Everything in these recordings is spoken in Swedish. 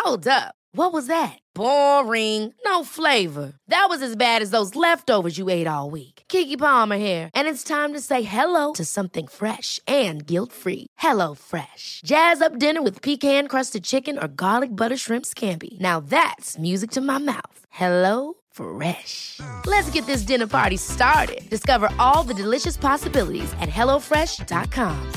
Hold up. What was that? Boring. No flavor. That was as bad as those leftovers you ate all week. Keke Palmer here, and it's time to say hello to something fresh and guilt-free. Hello Fresh. Jazz up dinner with pecan-crusted chicken or garlic butter shrimp scampi. Now that's music to my mouth. Hello Fresh. Let's get this dinner party started. Discover all the delicious possibilities at hellofresh.com.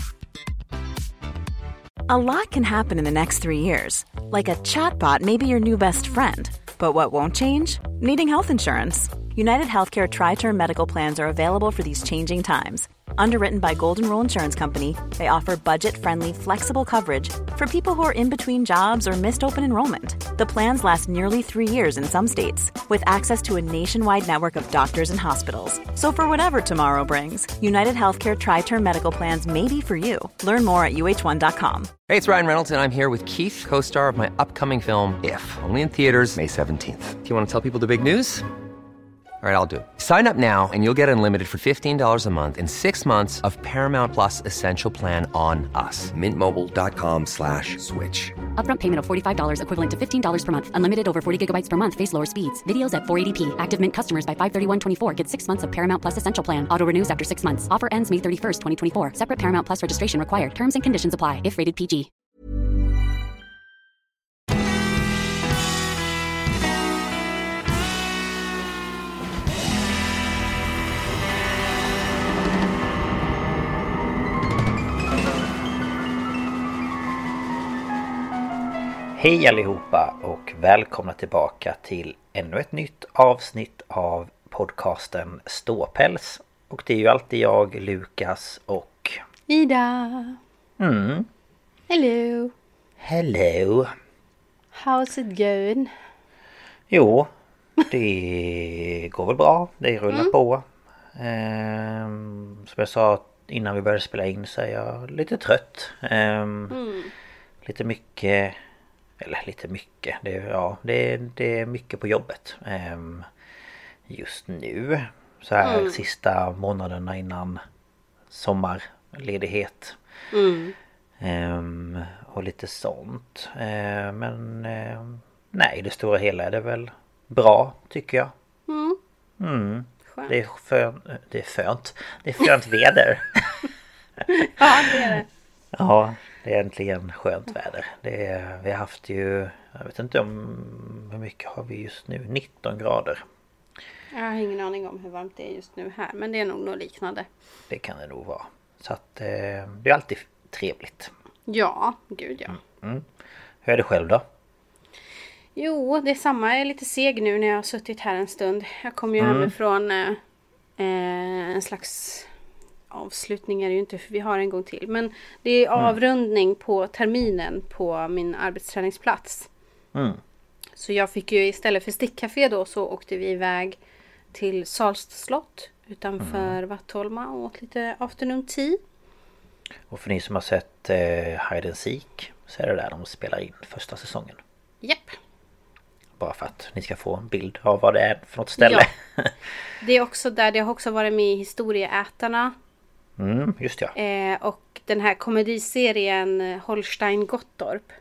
A lot can happen in the next 3 years. Like a chatbot may be your new best friend. But what won't change? Needing health insurance. United Healthcare Tri-Term Medical Plans are available for these changing times. Underwritten by Golden Rule Insurance Company, they offer budget-friendly, flexible coverage for people who are in between jobs or missed open enrollment. The plans last nearly 3 years in some states, with access to a nationwide network of doctors and hospitals. So for whatever tomorrow brings, United Healthcare Tri-Term Medical Plans may be for you. Learn more at uh1.com. Hey, it's Ryan Reynolds, and I'm here with Keith, co-star of my upcoming film, If, only in theaters May 17th. Do you want to tell people the big news? All right, I'll do it. Sign up now and you'll get unlimited for $15 a month and 6 months of Paramount Plus Essential Plan on us. MintMobile.com/switch. Upfront payment of $45 equivalent to $15 per month. Unlimited over 40 gigabytes per month. Face lower speeds. Videos at 480p. Active Mint customers by 531.24 get 6 months of Paramount Plus Essential Plan. Auto renews after 6 months. Offer ends May 31st, 2024. Separate Paramount Plus registration required. Terms and conditions apply if rated PG. Hej allihopa och välkomna tillbaka till ännu ett nytt avsnitt av podcasten Ståpäls. Och det är ju alltid jag, Lukas och Ida. Hello. Hello. How's it going? Jo, det går väl bra. Det rullar på. Som jag sa innan vi började spela in så är jag lite trött. Lite mycket... Eller lite mycket. Det är mycket på jobbet. Just nu. Så här sista månaderna innan sommarledighet. Och lite sånt. Men nej, det stora hela är det väl bra tycker jag. Det är skönt. Det är skönt väder. Ja, det är det. Ja. Det är äntligen skönt väder. Vi har haft ju, jag vet inte hur mycket har vi just nu, 19 grader. Jag har ingen aning om hur varmt det är just nu här, men det är nog något liknande. Det kan det nog vara. Så att det är alltid trevligt. Ja, gud ja. Hur är det själv då? Jo, det är samma. Jag är lite seg nu när jag har suttit här en stund. Jag kom ju hemifrån en slags... avslutning är det ju inte, för vi har en gång till. Men det är avrundning på terminen på min arbetsträningsplats. Så jag fick ju istället för stickcafé då så åkte vi iväg till Salst slott utanför Vattholma och åt lite afternoon tea. Och för ni som har sett Hide and Seek så är det där de spelar in första säsongen. Japp. Bara för att ni ska få en bild av vad det är för något ställe. Ja. Det är också där, det har också varit med i Historieätarna. Just ja. Och den här komediserien Holstein Gottorp.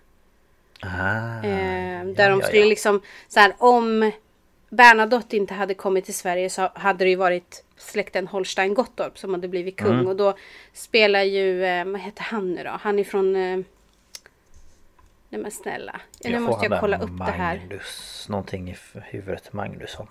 Där de skulle liksom så här, om Bernadotte inte hade kommit till Sverige så hade det ju varit släkten Holstein Gottorp som hade blivit kung. Och då spelar ju, vad heter han nu då? Han är från... nej men snälla. Nu måste jag kolla upp det här. Magnus, någonting i huvudet, Magnusson.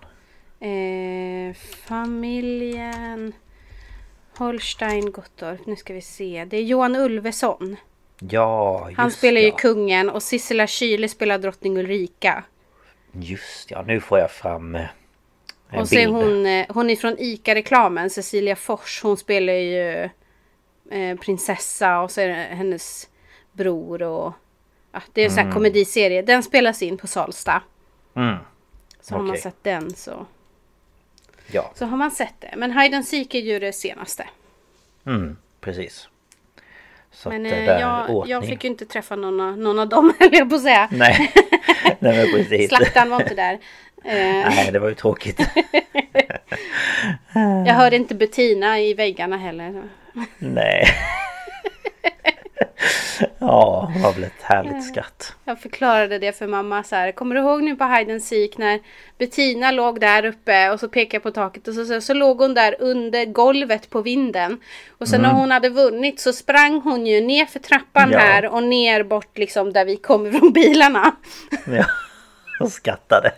Familjen... Holstein Gottorp, nu ska vi se. Det är Johan Ulveson. Ja, just han spelar ju kungen och Sissela Kyle spelar drottning Ulrika. Just ja, nu får jag fram en och så bild. Hon är från ICA-reklamen, Cecilia Fors. Hon spelar ju prinsessa och så är det hennes bror och det är en sån här komediserie. Den spelas in på Salsta. Så har man sett den så... Ja. Så har man sett det. Men Hide and Seek är ju det senaste. Precis. Så men där jag fick ju inte träffa någon av dem, höll jag på att säga. Nej, men precis. Slaktan var inte där. Nej, det var ju tråkigt. Jag hörde inte Bettina i väggarna heller. Nej. Ja, hon har väl ett härligt skratt. Jag förklarade det för mamma så här. Kommer du ihåg nu på Hide and Seek när Bettina låg där uppe och så pekade jag på taket och så låg hon där under golvet på vinden. Och sen när hon hade vunnit så sprang hon ju ner för trappan här och ner bort liksom där vi kommer från bilarna. Ja, och skattade.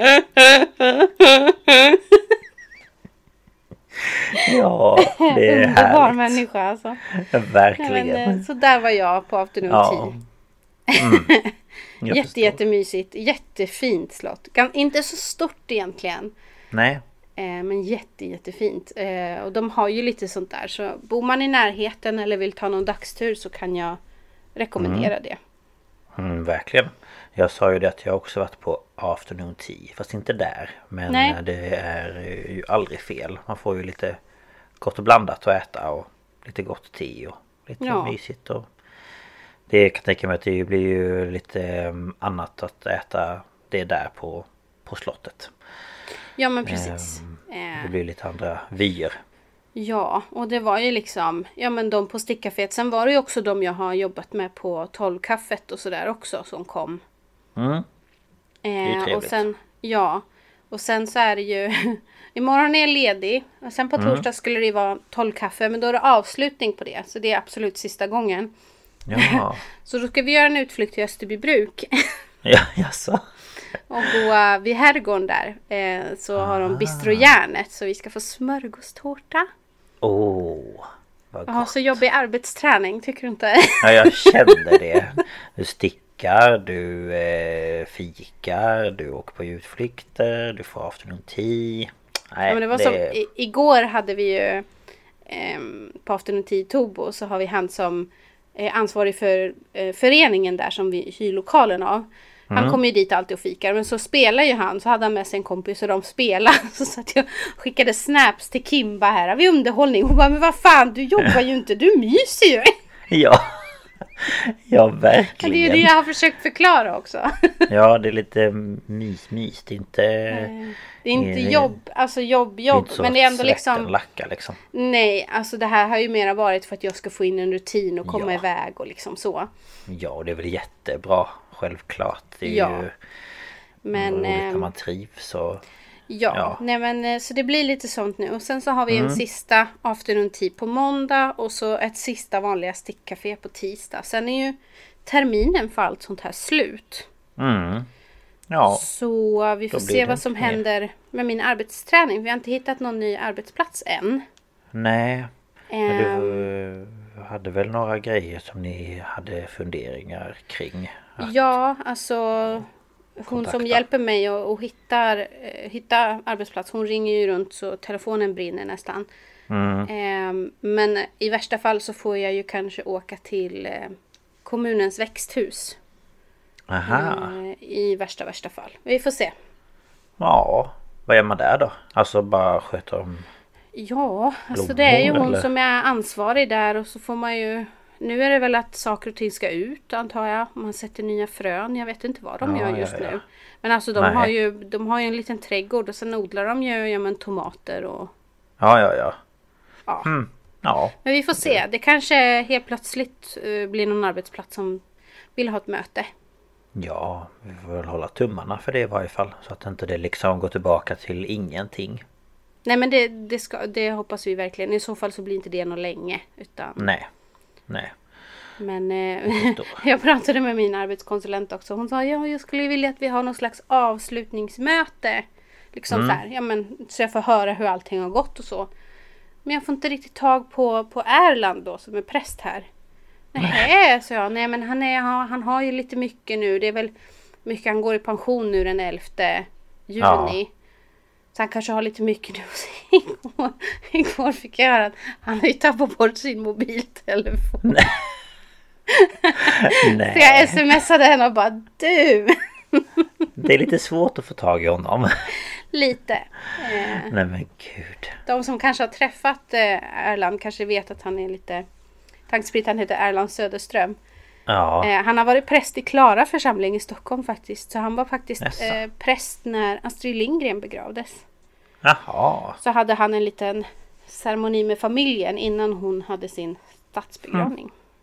Ja, det är underbar härligt. människa alltså. Verkligen. Men, så där var jag på Afternoon Tea. Jättemysigt. Jättefint slott. Inte så stort egentligen. Nej. Men jättefint. Och de har ju lite sånt där. Så bor man i närheten eller vill ta någon dagstur så kan jag rekommendera det. Verkligen. Jag sa ju det att jag också varit på Afternoon Tea. Fast inte där. Men det är ju aldrig fel. Man får ju lite gott och blandat att äta. Och lite gott te och lite mysigt. Och det kan jag tänka mig att det blir ju lite annat att äta det där på slottet. Ja men precis. Det blir lite andra vyer. Ja, och det var ju liksom, ja men de på Stickcaféet. Sen var det ju också de jag har jobbat med på 12-kaffet och sådär också som kom. Det är ju trevligt. Och sen så är det ju, imorgon är jag ledig. Och sen på torsdag skulle det vara 12-kaffe, men då är det avslutning på det. Så det är absolut sista gången. Ja. Så då ska vi göra en utflykt till Österbybruk. Ja, jaså. Och gå vid herrgården där. Så har de bistrojärnet. Så vi ska få smörgåstårta. Vad Jag har gott. så jobbig arbetsträning, tycker du inte? Ja, jag kände det. Du stickar, du fikar, du åker på utflykter, du får afternoon tea. Nej, Ja, men det var som, igår hade vi ju på Afternoon Tea i Tobo så har vi han som är ansvarig för föreningen där som vi hyr lokalen av. Han kommer ju dit alltid och fikar. Men så spelar ju han. Så hade han med sig en kompis och de spelar. Så att jag skickade snaps till Kimba här. Vid underhållning. Hon bara, men vad fan, du jobbar ju inte. Du myser ju. Ja, verkligen. Det är ju det jag har försökt förklara också. Ja, det är lite mys. Det är inte... Det är inte jobb. Alltså jobb. Det är inte så men det är ändå liksom... lacka liksom. Nej, alltså det här har ju mera varit för att jag ska få in en rutin och komma iväg och liksom så. Ja, det är väl jättebra. Självklart. Det är ju roligt när man trivs och... Ja, nej men så det blir lite sånt nu. Och sen så har vi en sista afternoon tea på måndag. Och så ett sista vanliga stickcafé på tisdag. Sen är ju terminen för allt sånt här slut. Ja. Så vi får se vad som händer med min arbetsträning. Vi har inte hittat någon ny arbetsplats än. Nej. Men du hade väl några grejer som ni hade funderingar kring? Ja, alltså... Hon som hjälper mig att hitta arbetsplats. Hon ringer ju runt så telefonen brinner nästan. Men i värsta fall så får jag ju kanske åka till kommunens växthus. I värsta fall. Vi får se. Ja, vad gör man där då? Alltså bara sköter om... Ja, alltså det är ju hon som är ansvarig där. Och så får man ju... Nu är det väl att saker och ting ska ut, antar jag. Man sätter nya frön. Jag vet inte vad de gör just nu. Men alltså de har ju en liten trädgård. Och sen odlar de ju tomater och... Ja. Ja. Men vi får se. Det kanske helt plötsligt blir någon arbetsplats som vill ha ett möte. Ja, vi får väl hålla tummarna för det i varje fall. Så att inte det liksom går tillbaka till ingenting. Nej, men det hoppas vi verkligen. I så fall så blir inte det något länge. Utan... Nej. Men jag pratade med min arbetskonsulent också. Hon sa, jag skulle vilja att vi har någon slags avslutningsmöte. Liksom så här, så jag får höra hur allting har gått och så. Men jag får inte riktigt tag på Erland då, som är präst här. Nej, så jag. Nej, men han har ju lite mycket nu. Det är väl mycket, han går i pension nu den 11 juni. Ja. Så han kanske har lite mycket nu. Igår fick jag höra att han har ju tappat bort sin mobiltelefon. Nej. Så jag smsade henne och bara, du. Det är lite svårt att få tag i honom. Lite. Nej men gud. De som kanske har träffat Erland kanske vet att han är lite... Tanksprit, han heter Erland Söderström. Ja. Han har varit präst i Klara församling i Stockholm faktiskt. Så han var faktiskt präst när Astrid Lindgren begravdes. Jaha. Så hade han en liten ceremoni med familjen innan hon hade sin statsbegravning.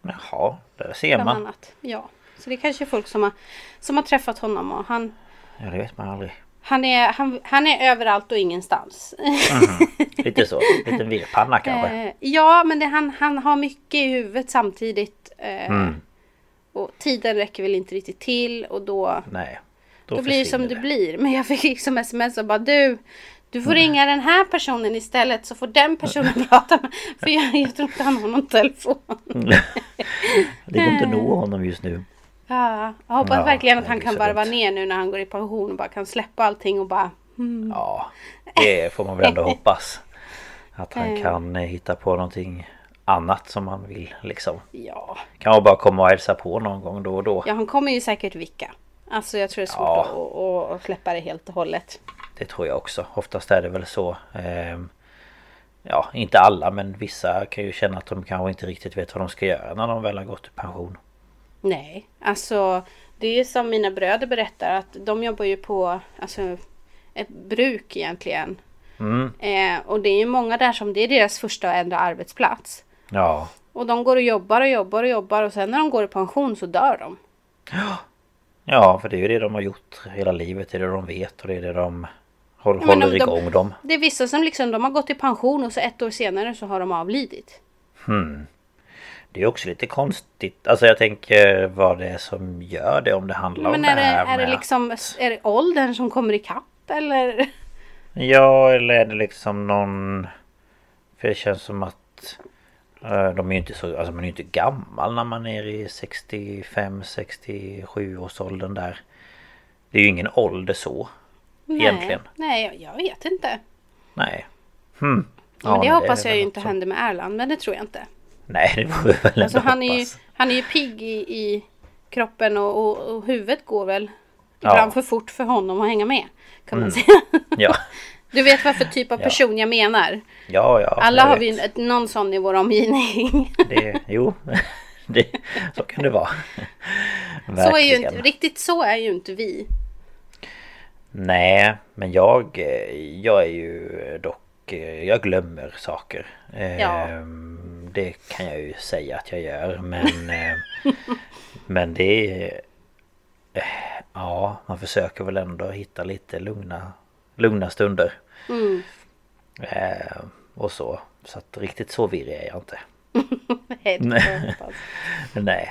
Jaha, där ser man. Annat. Ja, så det är kanske folk som har träffat honom och han... Ja, det vet man aldrig. Han är överallt och ingenstans. Lite så, lite virrpanna kanske. Ja, men han har mycket i huvudet samtidigt. Och tiden räcker väl inte riktigt till och då... Nej. Då blir det som det blir. Men jag fick liksom sms och bara du får ringa den här personen istället så får den personen prata med. För jag tror inte han har någon telefon. Det går inte att nå honom just nu. Ja, jag hoppas verkligen att han kan varva ner nu när han går i pension och bara kan släppa allting och bara... Ja, det får man väl ändå hoppas. Att han kan hitta på någonting annat som han vill liksom. Ja. Kan man bara komma och hälsa på någon gång då och då. Ja, han kommer ju säkert vicka. Alltså jag tror det är svårt att släppa det helt och hållet. Det tror jag också. Oftast är det väl så. Ja, inte alla men vissa kan ju känna att de kanske inte riktigt vet vad de ska göra när de väl har gått i pension. Nej, alltså det är som mina bröder berättar att de jobbar ju på ett bruk egentligen. Och det är ju många där som det är deras första och enda arbetsplats. Ja. Och de går och jobbar och sen när de går i pension så dör de. Ja, för det är ju det de har gjort hela livet, det är det de vet och det är det de håller igång dem. Det är vissa som liksom, de har gått i pension och så 1 år senare så har de avlidit. Det är också lite konstigt. Alltså jag tänker vad det är som gör det om det handlar om det här. Men är det åldern som kommer i kapp eller? Ja, eller är det liksom någon... För det känns som att de är ju inte så... Alltså man är ju inte gammal när man är i 65-67 års åldern där. Det är ju ingen ålder så. Egentligen. Nej, jag vet inte. Nej. Men det hoppas jag ju inte händer med Erland, men det tror jag inte. Nej, det får vi väl ändå alltså, hoppas. Han är ju pigg i kroppen och huvudet går väl ibland för fort för honom att hänga med, kan man säga. Ja. Du vet vad för typ av person jag menar. Ja. Alla har vi någon sån i vår omgivning. Så kan det vara. Så är ju inte, riktigt så är ju inte vi. Nej, men jag är ju dock, jag glömmer saker. Det kan jag ju säga att jag gör, men det är, man försöker väl ändå hitta lite lugna stunder. Och så att riktigt så virrig är jag inte. Nej.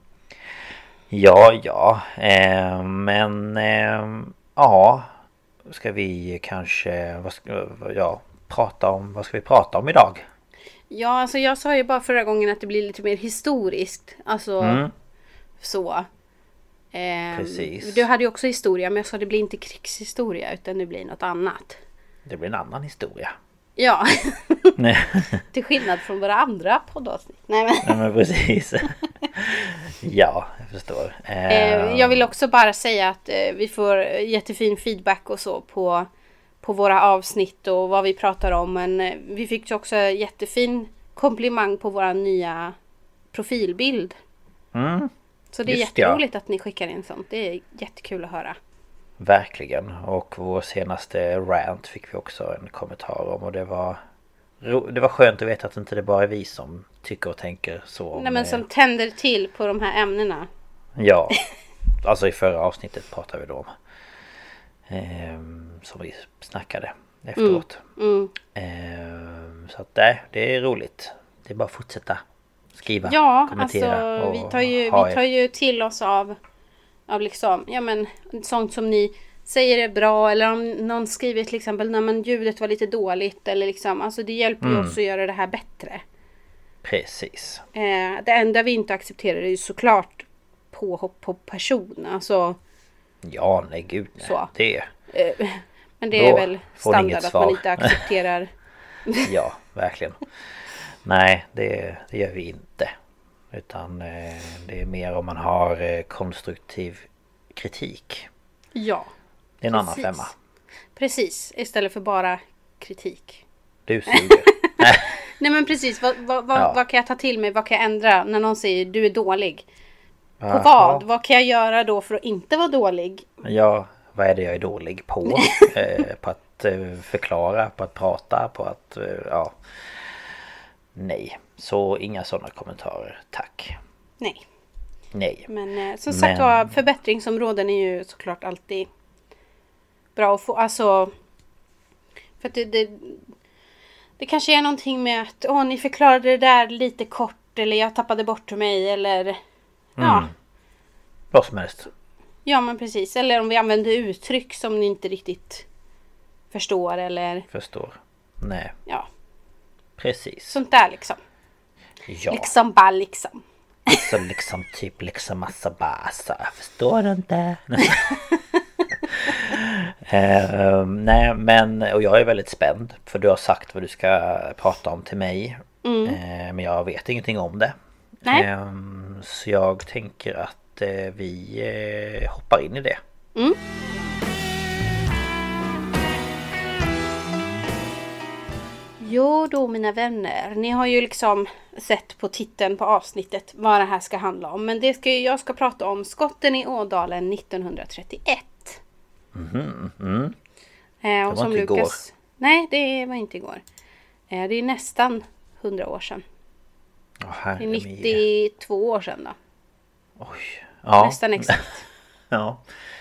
Ska vi kanske vad ska vi prata om idag? Ja, alltså jag sa ju bara förra gången att det blir lite mer historiskt. Alltså så. Precis. Du hade ju också historia, men jag sa det blir inte krigshistoria utan det blir något annat. Det blir en annan historia. Ja. Till skillnad från våra andra poddavsnitt. Nej men precis. Ja, jag förstår. Jag vill också bara säga att vi får jättefin feedback och så på våra avsnitt och vad vi pratar om. Men vi fick ju också jättefin komplimang på våra nya profilbild. Så det är jätteroligt att ni skickar in sånt. Det är jättekul att höra. Verkligen. Och vår senaste rant fick vi också en kommentar om. Och det var skönt att veta att inte det bara är vi som tycker och tänker så. Nej, men som tänder till på de här ämnena. Ja. Alltså i förra avsnittet pratade vi då om. Som vi snackade efteråt. Så att det är roligt. Det är bara att fortsätta skriva, kommentera. Ja, alltså vi tar ju till oss av liksom, sånt som ni säger är bra. Eller om någon skriver till exempel när ljudet var lite dåligt. Eller liksom, alltså det hjälper ju oss att göra det här bättre. Precis. Det enda vi inte accepterar är ju såklart påhopp på person. Alltså, ja, nej gud. Nej. Så. Men det är väl standard att man inte accepterar. Ja, verkligen. Nej, det gör vi inte. Utan det är mer om man har konstruktiv kritik. Ja. Det är en annan femma. Precis, istället för bara kritik. Du suger. Nej men precis, vad kan jag ta till mig? Vad kan jag ändra när någon säger du är dålig? På vad? Vad kan jag göra då för att inte vara dålig? Ja, vad är det jag är dålig på? På att förklara, på att prata, på att, Nej, Så inga sådana kommentarer, tack. Nej. Men som sagt var, förbättringsområden är ju såklart alltid bra att få. Alltså, för att det kanske är någonting med att ni förklarade det där lite kort, eller jag tappade bort mig, eller ja. Vad som helst. Ja, men precis. Eller om vi använder uttryck som ni inte riktigt förstår, eller... Förstår. Nej. Ja. Precis. Sånt där liksom. Ja. Liksom bara liksom. Så liksom typ liksom massa basa. Jag förstår inte. Nej, men och jag är väldigt spänd. För du har sagt vad du ska prata om till mig. Men jag vet ingenting om det. Nej. Så jag tänker att vi hoppar in i det. Jo då, mina vänner. Ni har ju liksom sett på titeln på avsnittet vad det här ska handla om. Men jag ska prata om skotten i Ådalen 1931. Det var som inte igår. Nej, det var inte igår. Det är nästan 100 år sedan. Det är 92 år sedan då. Oj. Ja. Nästan exakt. Ja.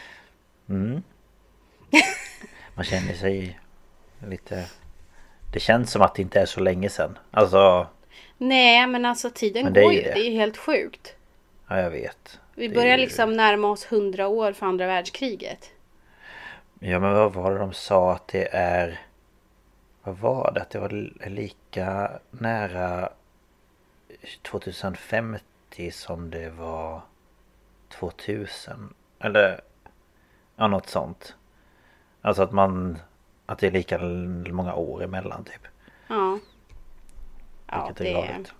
Man känner sig lite... Det känns som att det inte är så länge sedan. Alltså... Nej, men alltså tiden men går ju. Det är helt sjukt. Ja, jag vet. Vi börjar liksom närma oss 100 år för andra världskriget. Ja, men vad var det de sa att det är... Vad var det? Att det var lika nära 2050 som det var 2000. Eller... Ja, något sånt. Alltså att det är lika många år emellan typ. Ja. Ja, vilket är galet.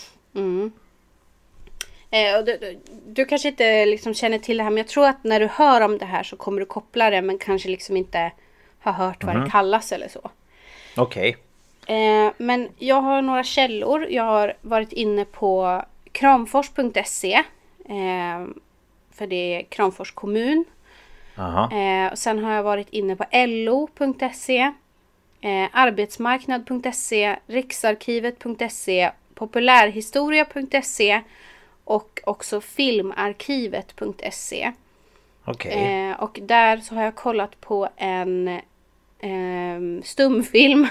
Och du kanske inte liksom känner till det här, men jag tror att när du hör om det här så kommer du koppla det, men kanske liksom inte har hört vad det kallas eller så. Okej. Men jag har några källor. Jag har varit inne på kramfors.se. För det är Kramfors kommun. Och sen har jag varit inne på lo.se, arbetsmarknad.se, riksarkivet.se, populärhistoria.se och också filmarkivet.se. Okej. Och där så har jag kollat på en stumfilm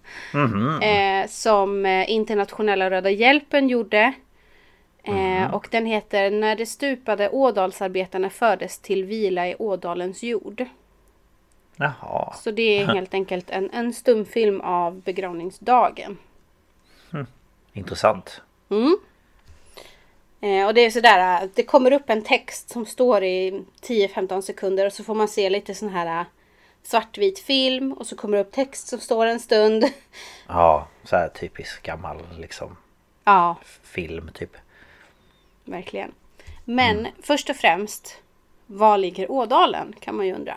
som Internationella Röda Hjälpen gjorde. Och den heter När de stupade ådalsarbetarna fördes till vila i Ådalens jord. Jaha. Så det är helt enkelt en stumfilm av begravningsdagen. Intressant. Och det är sådär, det kommer upp en text som står i 10-15 sekunder och så får man se lite sån här svartvit film och så kommer det upp text som står en stund. Ja, så här typisk gammal liksom film typ. Verkligen. Men först och främst, var ligger Ådalen kan man ju undra.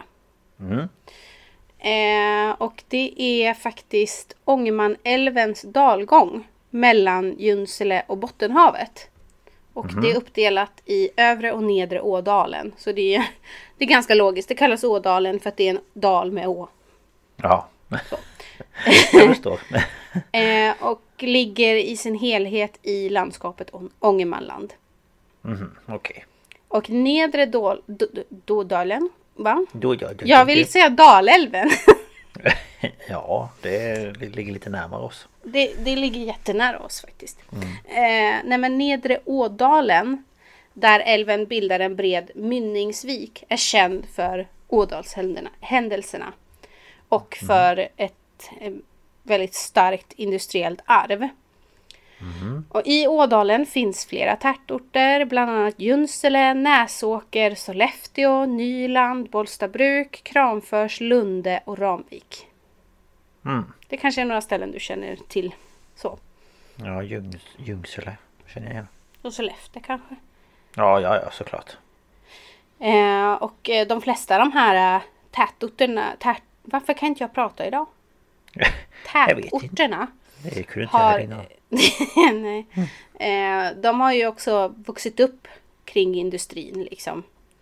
Och det är faktiskt Ångermanälvens dalgång mellan Junsele och Bottenhavet. Och det är uppdelat i övre och nedre Ådalen. Så det är ganska logiskt. Det kallas Ådalen för att det är en dal med å. Ja, jag förstår. Och ligger i sin helhet i landskapet Ångermanland. Okej. Och nedre Dalen, va? Jag vill säga Dalälven. Ja, det ligger lite närmare oss. Det ligger jättenära oss faktiskt. Nej, men nedre Ådalen, där älven bildar en bred mynningsvik, är känd för Ådalshändelserna. Och för ett väldigt starkt industriellt arv. Och i Ådalen finns flera tätorter, bland annat Junsele, Näsåker, Sollefteå, Nyland, Bollstabruk, Kramfors, Lunde och Ramvik. Det kanske är några ställen du känner till så. Ja, Junsele känner jag igen. Och Sollefteå kanske. Ja, såklart. Och de flesta av de här tätorterna... Varför kan inte jag prata idag? Tätorterna det kunde inte jag innan. Nej. De har ju också vuxit upp kring industrin liksom.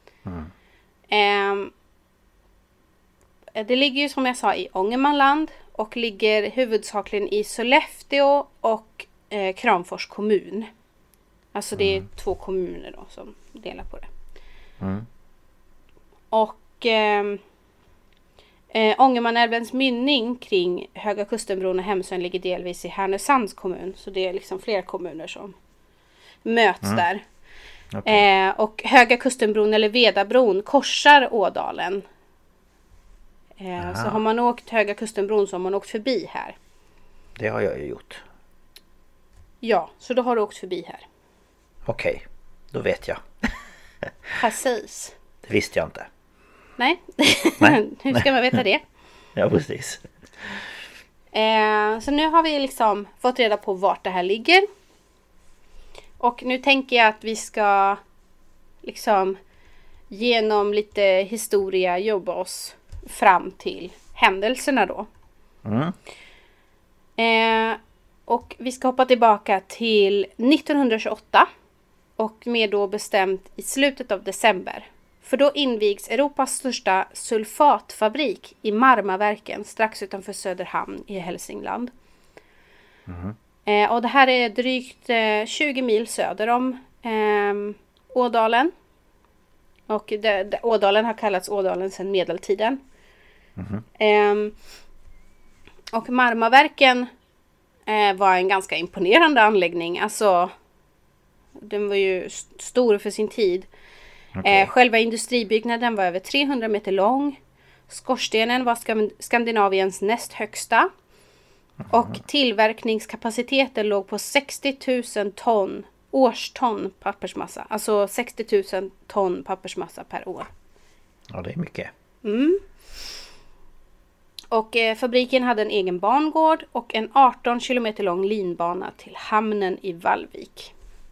Det ligger ju som jag sa i Ångermanland och ligger huvudsakligen i Sollefteå och Kramfors kommun. Alltså det är 2 kommuner då som delar på det. Och Ångermanälvens mynning kring Höga Kustenbron och Hemsön ligger delvis i Härnösands kommun. Så det är liksom flera kommuner som möts där. Okay. Och Höga Kustenbron eller Vedabron korsar Ådalen. Så har man åkt Höga Kustenbron så har man åkt förbi här. Det har jag ju gjort. Ja, så då har du åkt förbi här. Okej, då vet jag. Precis. Det visste jag inte. Nej, Nej. hur ska man veta det? Ja, precis. Så nu har vi liksom fått reda på vart det här ligger. Och nu tänker jag att vi ska liksom genom lite historia jobba oss fram till händelserna då. Och vi ska hoppa tillbaka till 1928 och mer då bestämt i slutet av december. För då invigs Europas största sulfatfabrik i Marmaverken strax utanför Söderhamn i Hälsingland. Och det här är drygt 20 mil söder om Ådalen. Och Ådalen har kallats Ådalen sedan medeltiden. Och Marmaverken var en ganska imponerande anläggning. Alltså, den var ju stor för sin tid. Själva industribyggnaden var över 300 meter lång. Skorstenen var Skandinaviens näst högsta. Och tillverkningskapaciteten låg på 60 000 ton, årston pappersmassa. Alltså 60 000 ton pappersmassa per år. Ja, det är mycket. Och fabriken hade en egen bangård och en 18 kilometer lång linbana till hamnen i Vallvik.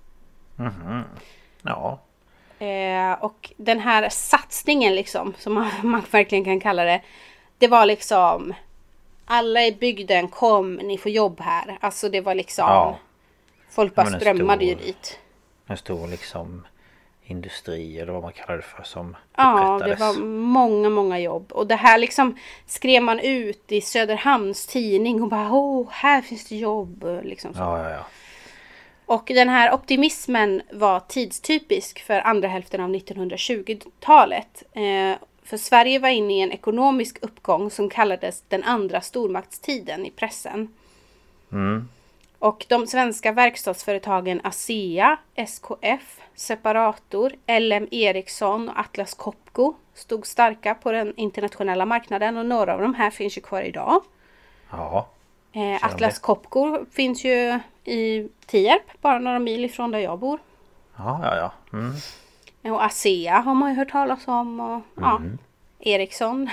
Ja. Och den här satsningen liksom, som man verkligen kan kalla det. Det var liksom, alla i bygden kom, ni får jobb här. Alltså det var liksom, folk bara strömmade ju dit. En stor liksom industri eller vad man kallar det för som Ja, upprättades. det var många jobb. Och det här liksom skrev man ut i Söderhamns tidning och bara, här finns det jobb. Liksom så. Ja. Och den här optimismen var tidstypisk för andra hälften av 1920-talet. För Sverige var inne i en ekonomisk uppgång som kallades den andra stormaktstiden i pressen. Och de svenska verkstadsföretagen ASEA, SKF, Separator, LM Ericsson och Atlas Copco stod starka på den internationella marknaden. Och några av de här finns ju kvar idag. Ja. Atlas Copco finns ju i Tierp, bara några mil ifrån där jag bor. Ja. Och ASEA har man ju hört talas om. Och Ericsson.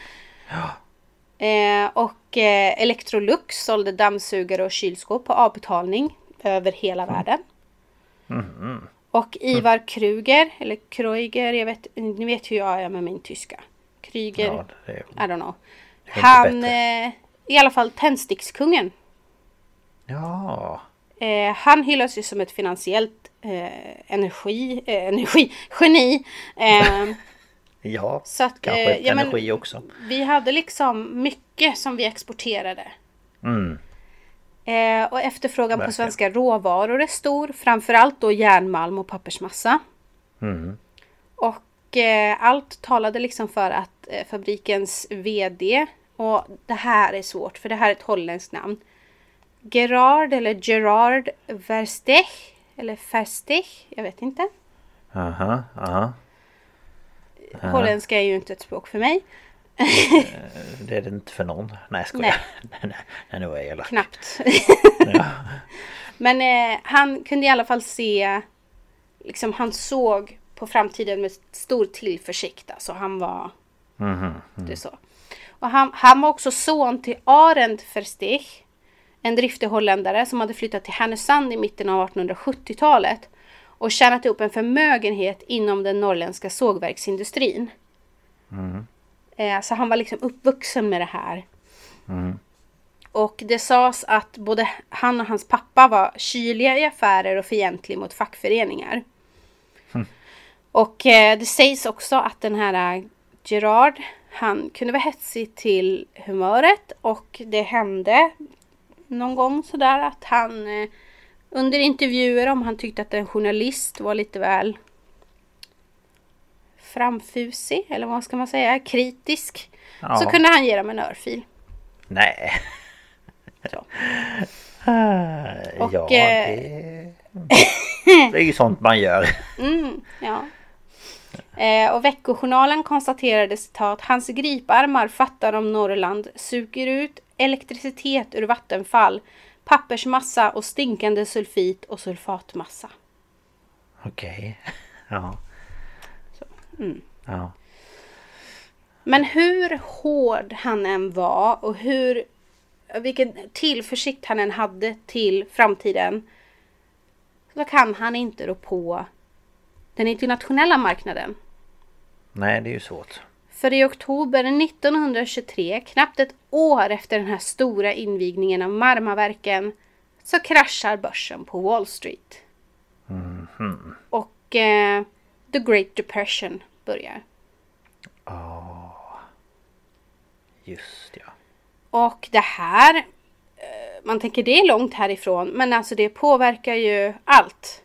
Och Electrolux sålde dammsugare och kylskåp på avbetalning över hela världen. Och Ivar Kruger, eller Kreuger, ni vet hur jag är med min tyska. Krüger, I don't know. Han, i alla fall tändstickskungen. Ja. Han hyllas ju som ett finansiellt geni. Ja, så att, kanske energi också. Vi hade liksom mycket som vi exporterade. Och efterfrågan på svenska råvaror är stor. Framförallt då järnmalm och pappersmassa. Och allt talade liksom för att fabrikens vd, och det här är svårt för det här är ett holländskt namn. Gerard Verstech eller Verstech, jag vet inte. Holländska är ju inte ett språk för mig. Det är det inte för någon. Nej, skojar. Nej, nu är jag elak. Knappt. Men han kunde i alla fall se, liksom han såg på framtiden med stor tillförsikt. Alltså han var det är så. Och han var också son till Arend Verstech, en driftig holländare som hade flyttat till Härnösand i mitten av 1870-talet och tjänat upp en förmögenhet inom den norrländska sågverksindustrin. Så han var liksom uppvuxen med det här. Och det sades att både han och hans pappa var kyliga i affärer och fientlig mot fackföreningar. Och det sägs också att den här Gerard, han kunde vara hetsig till humöret och det hände någon gång sådär att han under intervjuer om han tyckte att en journalist var lite väl framfusig, eller vad ska man säga, kritisk, så kunde han ge dem en örfil. Nej. Så. Och, ja, det är ju sånt man gör. Ja. Och Veckojournalen konstaterade citat: hans griparmar fattar om Norrland suger ut elektricitet ur vattenfall, pappersmassa och stinkande sulfit och sulfatmassa. Okej. Ja. Så, Ja. Men hur hård han än var och vilken tillförsikt han än hade till framtiden, så kan han inte rå på den internationella marknaden. Nej, det är ju svårt. För i oktober 1923, knappt ett år efter den här stora invigningen av Marmaverken, så kraschar börsen på Wall Street. Och The Great Depression börjar. Just ja. Och det här, man tänker det är långt härifrån, men alltså det påverkar ju allt.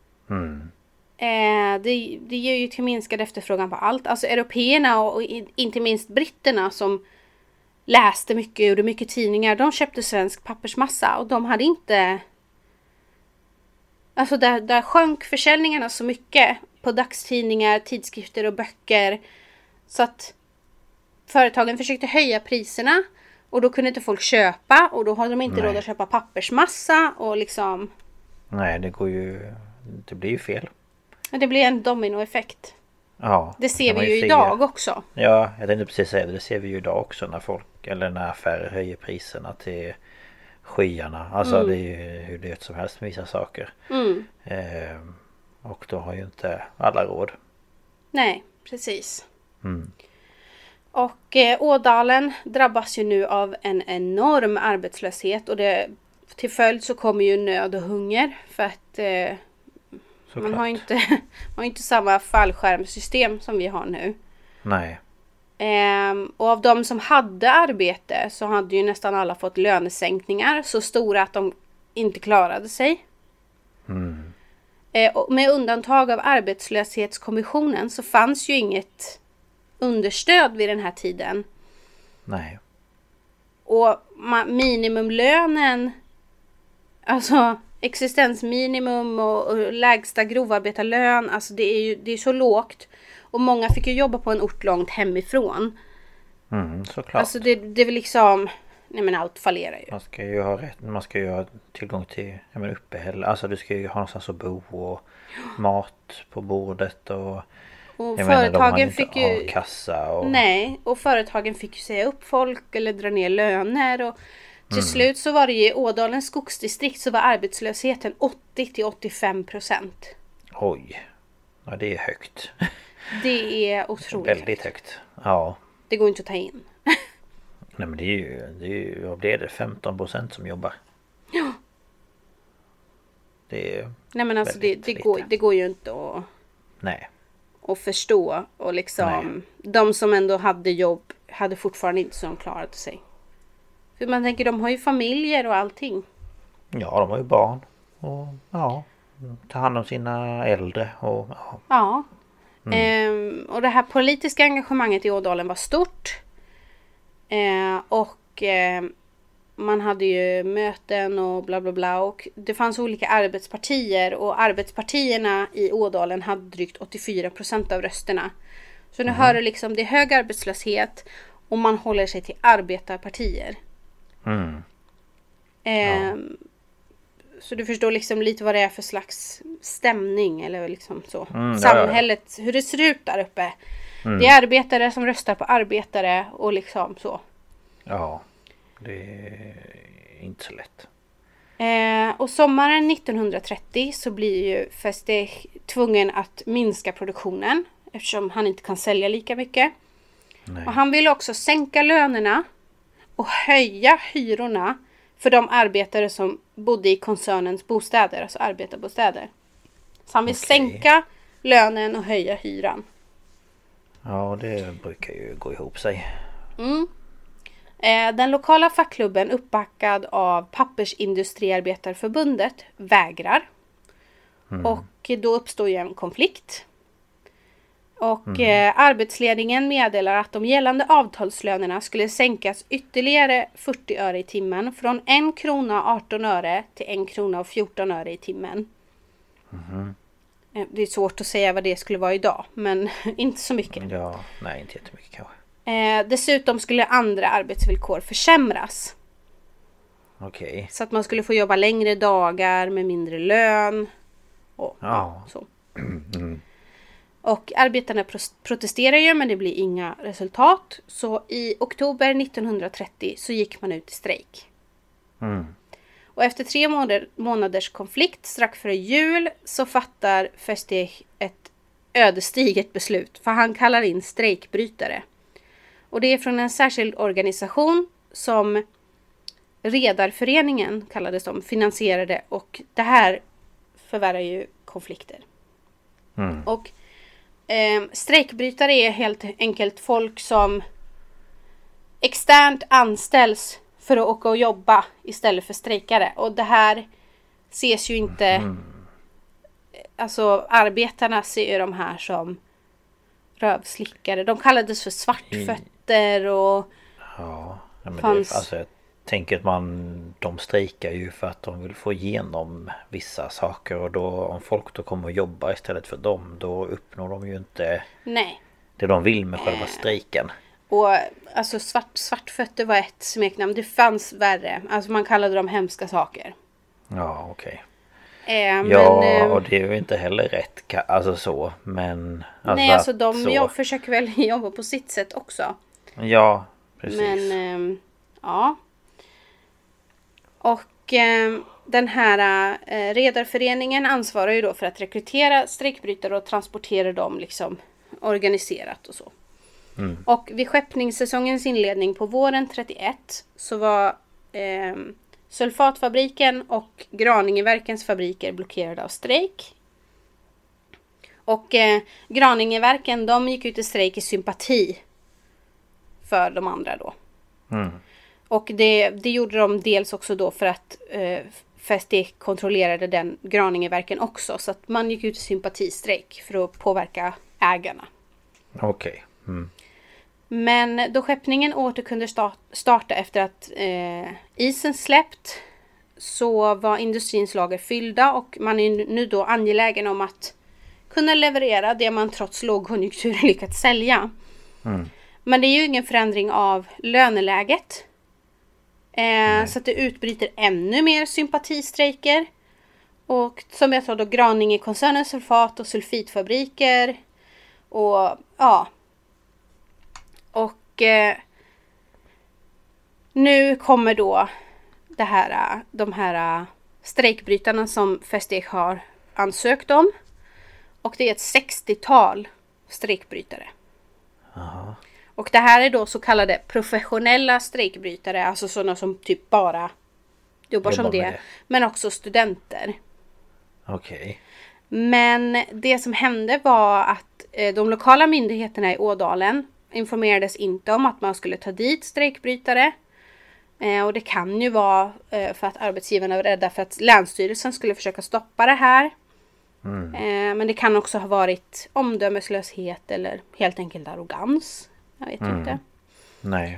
Det ger ju till minskad efterfrågan på allt. Alltså européerna och inte minst britterna som läste mycket, gjorde mycket tidningar, de köpte svensk pappersmassa och de hade inte... Alltså där sjönk försäljningarna så mycket på dagstidningar, tidskrifter och böcker, så att företagen försökte höja priserna och då kunde inte folk köpa och då hade de inte råd att köpa pappersmassa och liksom... Nej, det blir ju fel. Det blir en dominoeffekt. Ja. Det ser vi ju idag också. Ja, jag tänkte precis säga det. Det ser vi ju idag också när affärer höjer priserna till skyarna. Alltså det är ju hur dyrt som helst med vissa saker. Och då har ju inte alla råd. Nej, precis. Och Ådalen drabbas ju nu av en enorm arbetslöshet och till följd så kommer ju nöd och hunger för att man har inte samma fallskärmssystem som vi har nu. Nej. Och av de som hade arbete så hade ju nästan alla fått lönesänkningar så stora att de inte klarade sig. Och med undantag av arbetslöshetskommissionen så fanns ju inget understöd vid den här tiden. Nej. Och minimumlönen, alltså existensminimum och lägsta grovarbetarlön, alltså det är så lågt. Och många fick ju jobba på en ort långt hemifrån. Såklart. Alltså det är väl liksom, nej men allt fallerar ju. Man ska ju ha tillgång till uppehälle. Alltså du ska ju ha någonstans att bo och mat på bordet och företagen fick ju kassa och... Nej, och företagen fick ju säga upp folk eller dra ner löner och till slut så var det ju i Ådalens skogsdistrikt så var arbetslösheten 80-85%. Oj. Ja, det är högt. Det är otroligt väldigt högt. Ja. Det går inte att ta in. Nej, men det är ju vad blir det? 15% som jobbar. Ja. Det är... Nej men alltså det går ju inte att... Nej. Och förstå och liksom de som ändå hade jobb hade fortfarande inte så de klarade sig. För man tänker de har ju familjer och allting. Ja, de har ju barn och ta hand om sina äldre och ja. Och det här politiska engagemanget i Ådalen var stort. Och man hade ju möten och bla bla bla och det fanns olika arbetspartier och arbetspartierna i Ådalen hade drygt 84% av rösterna. Så nu hör du liksom det är hög arbetslöshet och man håller sig till arbetarpartier. Så du förstår liksom lite vad det är för slags stämning eller liksom så. Samhället, hur det ser ut där uppe. Det är arbetare som röstar på arbetare och liksom så. Ja, det är inte så lätt. Och sommaren 1930 så blir ju Feste tvungen att minska produktionen eftersom han inte kan sälja lika mycket. Och han vill också sänka lönerna och höja hyrorna för de arbetare som bodde i koncernens bostäder, alltså arbetarbostäder. Så han vill sänka lönen och höja hyran. Ja, det brukar ju gå ihop sig. Den lokala fackklubben uppbackad av Pappersindustriarbetarförbundet vägrar. Och då uppstår ju en konflikt. Och arbetsledningen meddelar att de gällande avtalslönerna skulle sänkas ytterligare 40 öre i timmen. Från 1 krona 18 öre till 1 krona och 14 öre i timmen. Det är svårt att säga vad det skulle vara idag, men inte så mycket. Ja, nej, inte jättemycket kanske. Dessutom skulle andra arbetsvillkor försämras. Okej. Så att man skulle få jobba längre dagar med mindre lön. Och, så. Och arbetarna protesterar ju, men det blir inga resultat. Så i oktober 1930 så gick man ut i strejk. Och efter 3 månaders konflikt strax före jul så fattar Versteeg ett ödesdigert beslut. För han kallar in strejkbrytare. Och det är från en särskild organisation som Redarföreningen kallades de, finansierade. Och det här förvärrar ju konflikter. Och strejkbrytare är helt enkelt folk som externt anställs för att åka och jobba istället för strejkare. Och det här ses ju inte... Alltså arbetarna ser ju de här som rövslickare. De kallades för svartfötter och... Ja, men fanns... alltså jag tänker att de strejkar ju för att de vill få igenom vissa saker. Och då om folk då kommer och jobbar istället för dem, då uppnår de ju inte det de vill med själva strejken. Och alltså svartfötter var ett smeknamn. Det fanns värre. Alltså man kallade dem hemska saker. Ja, okej. Men, och det är ju inte heller rätt. Alltså så, men... Alltså nej, alltså de försöker väl jobba på sitt sätt också. Ja, precis. Men, ja. Och den här redarföreningen ansvarar ju då för att rekrytera strejkbrytare och transportera dem liksom organiserat och så. Och vid skeppningssäsongens inledning på våren 31 så var sulfatfabriken och Graningeverkens fabriker blockerade av strejk. Och Graningeverken, de gick ut i strejk i sympati för de andra då. Och det gjorde de dels också då för att Versteeg kontrollerade den Graningeverken också. Så att man gick ut i sympatistrejk för att påverka ägarna. Okej. Men då skeppningen åter kunde starta efter att isen släppt så var industrins lager fyllda och man är nu då angelägen om att kunna leverera det man trots lågkonjunktur lyckats sälja. Men det är ju ingen förändring av löneläget. Så att det utbryter ännu mer sympatistrejker. Och som jag sa då, Graningekoncernen sulfat- och sulfitfabriker. Och ja. Och nu kommer då de här strejkbrytarna som Versteeg har ansökt om. Och det är ett 60-tal strejkbrytare. Aha. Och det här är då så kallade professionella strejkbrytare. Alltså sådana som typ bara jobbar som det. Men också studenter. Okej. Men det som hände var att de lokala myndigheterna i Ådalen informerades inte om att man skulle ta dit strejkbrytare. Och det kan ju vara för att arbetsgivarna var rädda för att länsstyrelsen skulle försöka stoppa det här. Men det kan också ha varit omdömeslöshet eller helt enkelt arrogans. Jag vet inte. Nej.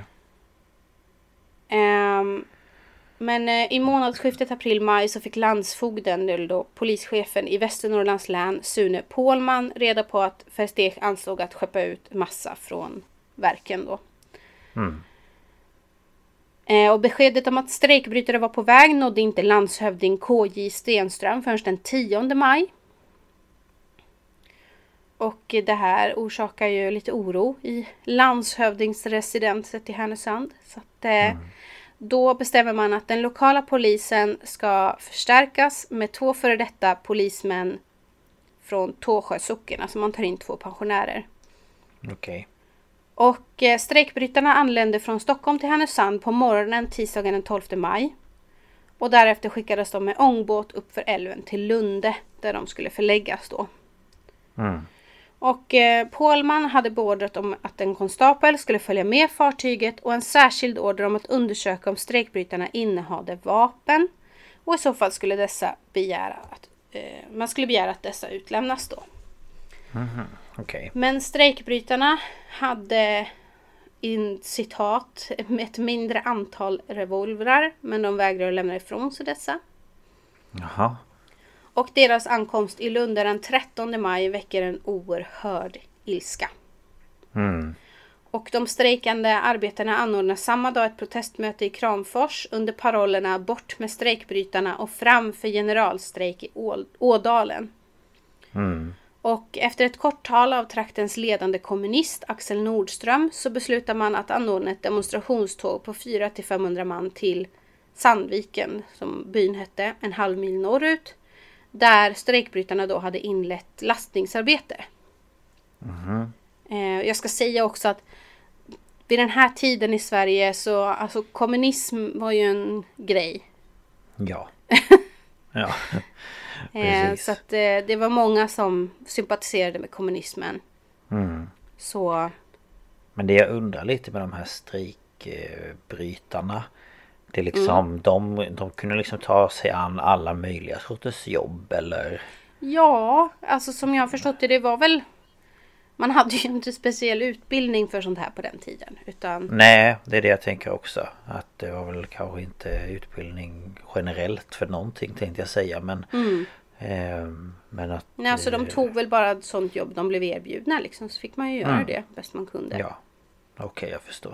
Men i månadsskiftet april-maj så fick landsfogden, eller då polischefen i Västernorrlands län, Sune Pålman, reda på att Versteeg ansåg att skeppa ut massa från verken då. Och beskedet om att strejkbrytare var på väg nådde inte landshövding KJ Stenström förrän den 10 maj. Och det här orsakar ju lite oro i landshövdingsresidenset i Härnösand. Så att då bestämmer man att den lokala polisen ska förstärkas med 2 före detta polismän från Tåsjö socken. Alltså man tar in 2 pensionärer. Okej. Och strejkbrytarna anlände från Stockholm till Härnösand på morgonen tisdagen den 12 maj. Och därefter skickades de med ångbåt upp för älven till Lunde där de skulle förläggas då. Och Pålman hade beordrat om att en konstapel skulle följa med fartyget och en särskild order om att undersöka om strejkbrytarna innehade vapen. Och i så fall skulle dessa man skulle begära att dessa utlämnas då. Okay. Men strejkbrytarna hade citat ett mindre antal revolvrar, men de vägrade att lämna ifrån sig dessa. Jaha. Och deras ankomst i Lunda den 13 maj väcker en oerhörd ilska. Och de strejkande arbetarna anordnar samma dag ett protestmöte i Kramfors under parollerna bort med strejkbrytarna och fram för generalstrejk i Ådalen. Och efter ett kort tal av traktens ledande kommunist Axel Nordström så beslutar man att anordna ett demonstrationståg på 400-500 man till Sandviken, som byn hette, en halv mil norrut, där strejkbrytarna då hade inlett lastningsarbete. Jag ska säga också att vid den här tiden i Sverige så alltså kommunism var ju en grej. Ja. Ja. Så att det var många som sympatiserade med kommunismen. Så. Men det jag undrar lite med de här strejkbrytarna, det är liksom de kunde liksom ta sig an alla möjliga sorters jobb, eller? Ja, alltså som jag har förstått det var väl, man hade ju inte speciell utbildning för sånt här på den tiden, utan... Nej, det är det jag tänker också. Att det var väl kanske inte utbildning generellt för någonting, tänkte jag säga. Men, men att... Nej, alltså de tog väl bara ett sånt jobb de blev erbjudna liksom. Så fick man ju göra det bäst man kunde. Ja, okej, jag förstår.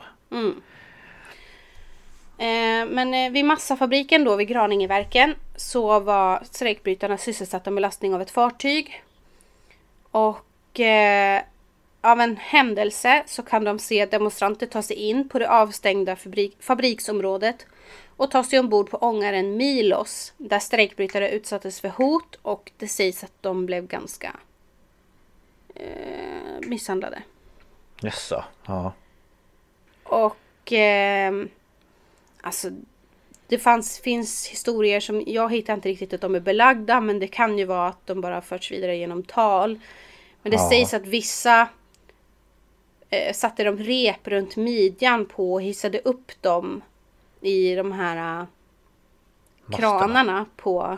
Men vid massafabriken då, vid Graningeverken, så var strejkbrytarna sysselsatta med lastning av ett fartyg. Och av en händelse så kan de se demonstranter ta sig in på det avstängda fabriksområdet och ta sig ombord på ångaren Milos, där strejkbrytare utsattes för hot, och det sägs att de blev ganska misshandlade. Jaså, ja. Och alltså det finns historier som jag hittar inte riktigt att de är belagda, men det kan ju vara att de bara förts vidare genom tal. Men det sägs att vissa satte de rep runt midjan på och hissade upp dem i de här kranarna på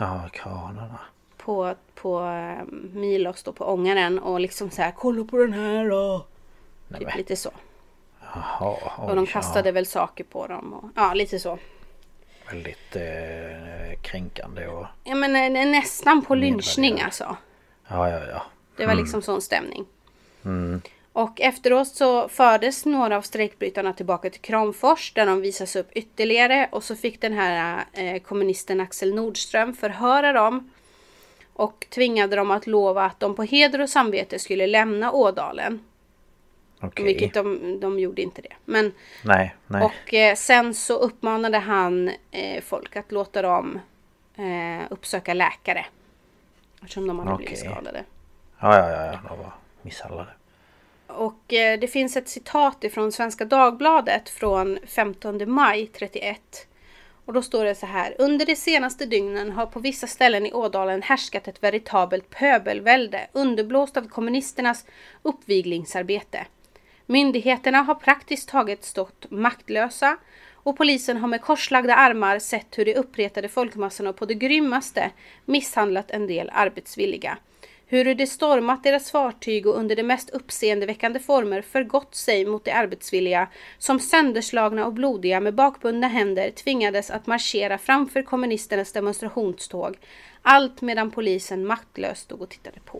på Milos då, på ångaren, och liksom så här, kolla på den här då. Typ lite så. Jaha, och de kastade väl saker på dem och lite så. Väldigt kränkande och... Ja, men nästan på lynchning alltså. Ja. Det var liksom sån stämning. Och efteråt så fördes några av strejkbrytarna tillbaka till Kramfors, där de visas upp ytterligare. Och så fick den här kommunisten Axel Nordström förhöra dem och tvingade dem att lova att de på heder och samvete skulle lämna Ådalen. Okay. Vilket de gjorde inte det. Men, nej. Och sen så uppmanade han folk att låta dem uppsöka läkare. Eftersom de hade blivit skadade. Ja, de var misshandlade. Och det finns ett citat ifrån Svenska Dagbladet från 15 maj 31. Och då står det så här: under de senaste dygnen har på vissa ställen i Ådalen härskat ett veritabelt pöbelvälde, underblåst av kommunisternas uppviglingsarbete. Myndigheterna har praktiskt taget stått maktlösa, och polisen har med korslagda armar sett hur de uppretade folkmassorna på det grymmaste misshandlat en del arbetsvilliga. Hur de stormat deras fartyg och under de mest uppseendeväckande former förgått sig mot de arbetsvilliga, som sönderslagna och blodiga med bakbundna händer tvingades att marschera framför kommunisternas demonstrationståg. Allt medan polisen maktlöst stod och tittade på.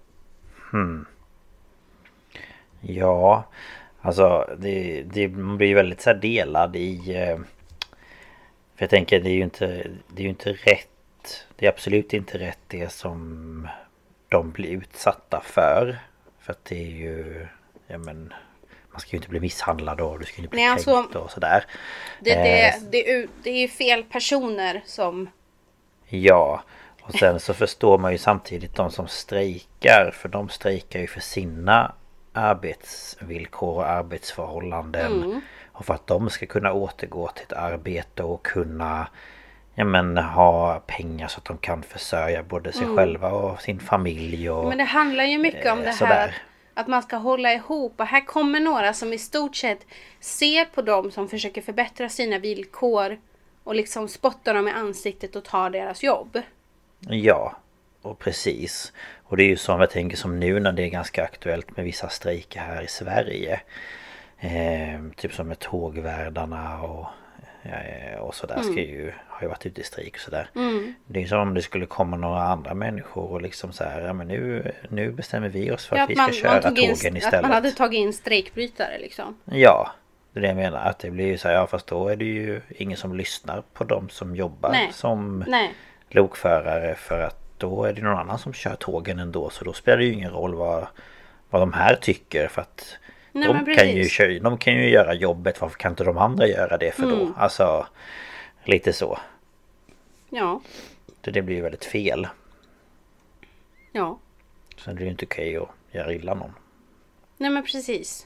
Ja, alltså det blir väldigt så här delad i... För jag tänker, det är ju inte rätt. Det är absolut inte rätt det som de blir utsatta för. För att det är ju... man ska ju inte bli misshandlad och du ska ju inte bli kränkt och sådär. Det är ju fel personer som... Ja, och sen så förstår man ju samtidigt de som strejkar. För de strejkar ju för sina arbetsvillkor och arbetsförhållanden. Och för att de ska kunna återgå till ett arbete och kunna ha pengar så att de kan försörja både sig själva och sin familj. Och, men det handlar ju mycket om det här. Att man ska hålla ihop. Och här kommer några som i stort sett ser på dem som försöker förbättra sina villkor. Och liksom spottar dem i ansiktet och tar deras jobb. Ja, och precis. Och det är ju som jag tänker som nu när det är ganska aktuellt med vissa strejker här i Sverige. Typ som med tågvärdarna och sådär har ju varit ute i strejk och sådär. Det är ju som om det skulle komma några andra människor och liksom så här, ja men nu bestämmer vi oss för att vi ska köra tågen istället. Att man hade tagit in strejkbrytare liksom. Ja, det är det jag menar. Att det blir ju så här, ja fast då är det ju ingen som lyssnar på dem som jobbar som lokförare, för att då är det någon annan som kör tågen ändå. Så då spelar det ju ingen roll vad de här tycker, för att de kan ju göra jobbet. Varför kan inte de andra göra det för då? Alltså lite så. Ja. Det blir ju väldigt fel. Ja. Sen är det ju inte okej att göra illa någon. Nej men precis.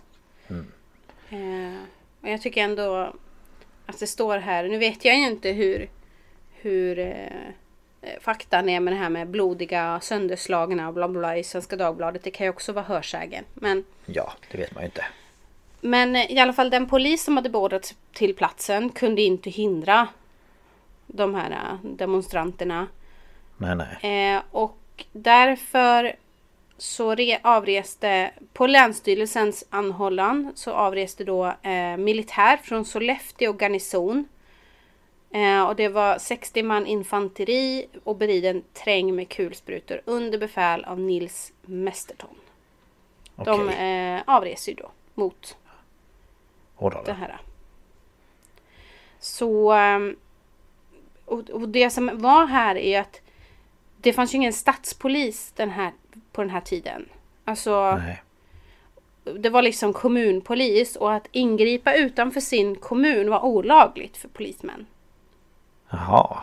Och jag tycker ändå att det står här. Nu vet jag ju inte hur faktan är med det här med blodiga sönderslagna och bla bla i Svenska Dagbladet. Det kan ju också vara hörsägen. Men ja, det vet man ju inte. Men i alla fall den polis som hade beordrats till platsen kunde inte hindra de här demonstranterna. Nej. Och därför så avreste på länsstyrelsens anhållan så avreste då militär från Sollefteå garnison. Och det var 60 man infanteri och beriden träng med kulsprutor under befäl av Nils Mesterton. Okay. De avreser ju då mot det här. Så och det som var här är att det fanns ju ingen stadspolis på den här tiden. Alltså det var liksom kommunpolis, och att ingripa utanför sin kommun var olagligt för polismän. Jaha.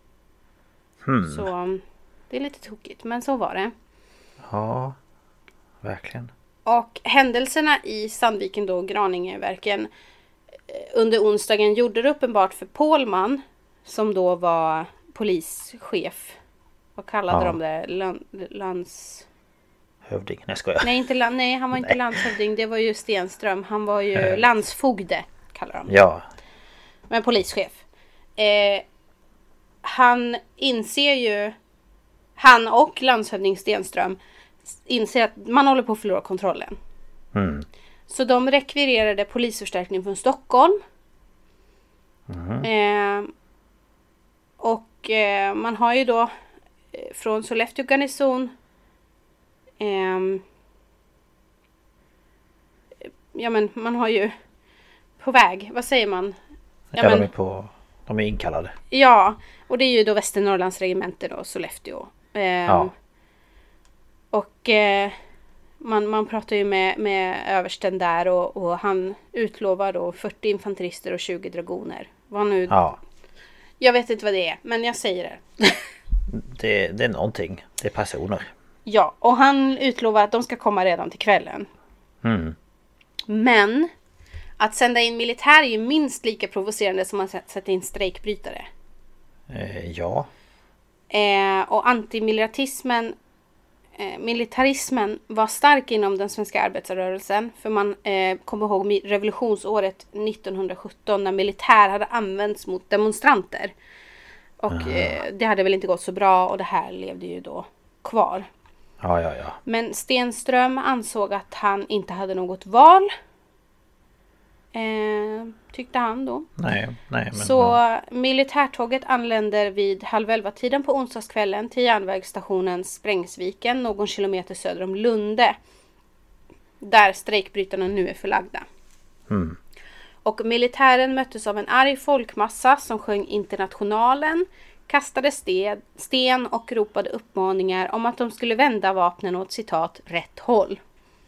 Så det är lite tokigt, men så var det. Ja, verkligen. Och händelserna i Sandviken då, Graningeverken, under onsdagen gjorde det uppenbart för Pålman, som då var polischef. Vad kallade de det? Hövding, nej skojar. Nej, han var inte landshövding, det var ju Stenström. Han var ju landsfogde, kallar de. Ja. Men polischef. Han inser ju, han och landshövding Stenström inser att man håller på att förlora kontrollen. Så de rekvirerade polisförstärkning från Stockholm. Och man har ju då från Sollefteå garnison ja men man har ju på väg, vad säger man? De är inkallade. Ja, och det är ju då Västernorrlands regemente då, Sollefteå. Och man pratar ju med översten där och han utlovar då 40 infanterister och 20 dragoner. Vad nu? Ja. Jag vet inte vad det är, men jag säger det. Det är någonting. Det är personer. Ja, och han utlovar att de ska komma redan till kvällen. Men att sända in militär är ju minst lika provocerande som att sätta in strejkbrytare. Ja. Och militarismen var stark inom den svenska arbetarrörelsen. För man kommer ihåg revolutionsåret 1917 när militär hade använts mot demonstranter. Och det hade väl inte gått så bra, och det här levde ju då kvar. Ja. Men Stenström ansåg att han inte hade något val. Tyckte han då. Nej, men så militärtåget anländer vid 22:30 på onsdagskvällen till järnvägsstationen Sprängsviken, någon kilometer söder om Lunde. Där strejkbrytarna nu är förlagda. Och militären möttes av en arg folkmassa som sjöng Internationalen, kastade sten och ropade uppmaningar om att de skulle vända vapnen åt citat rätt håll.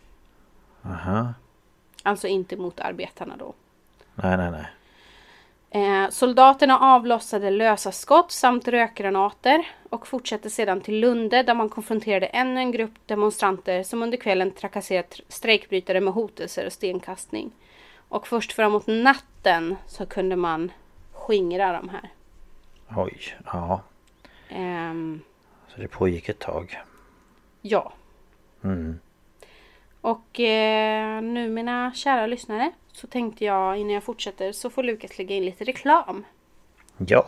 Alltså inte mot arbetarna då. Nej. Soldaterna avlossade lösa skott samt rökgranater och fortsatte sedan till Lunde, där man konfronterade ännu en grupp demonstranter som under kvällen trakasserat strejkbrytare med hotelser och stenkastning. Och först framåt natten så kunde man skingra de här. Oj, ja. Så det pågick ett tag. Ja. Och nu mina kära lyssnare, så tänkte jag innan jag fortsätter så får Lukas lägga in lite reklam. Ja.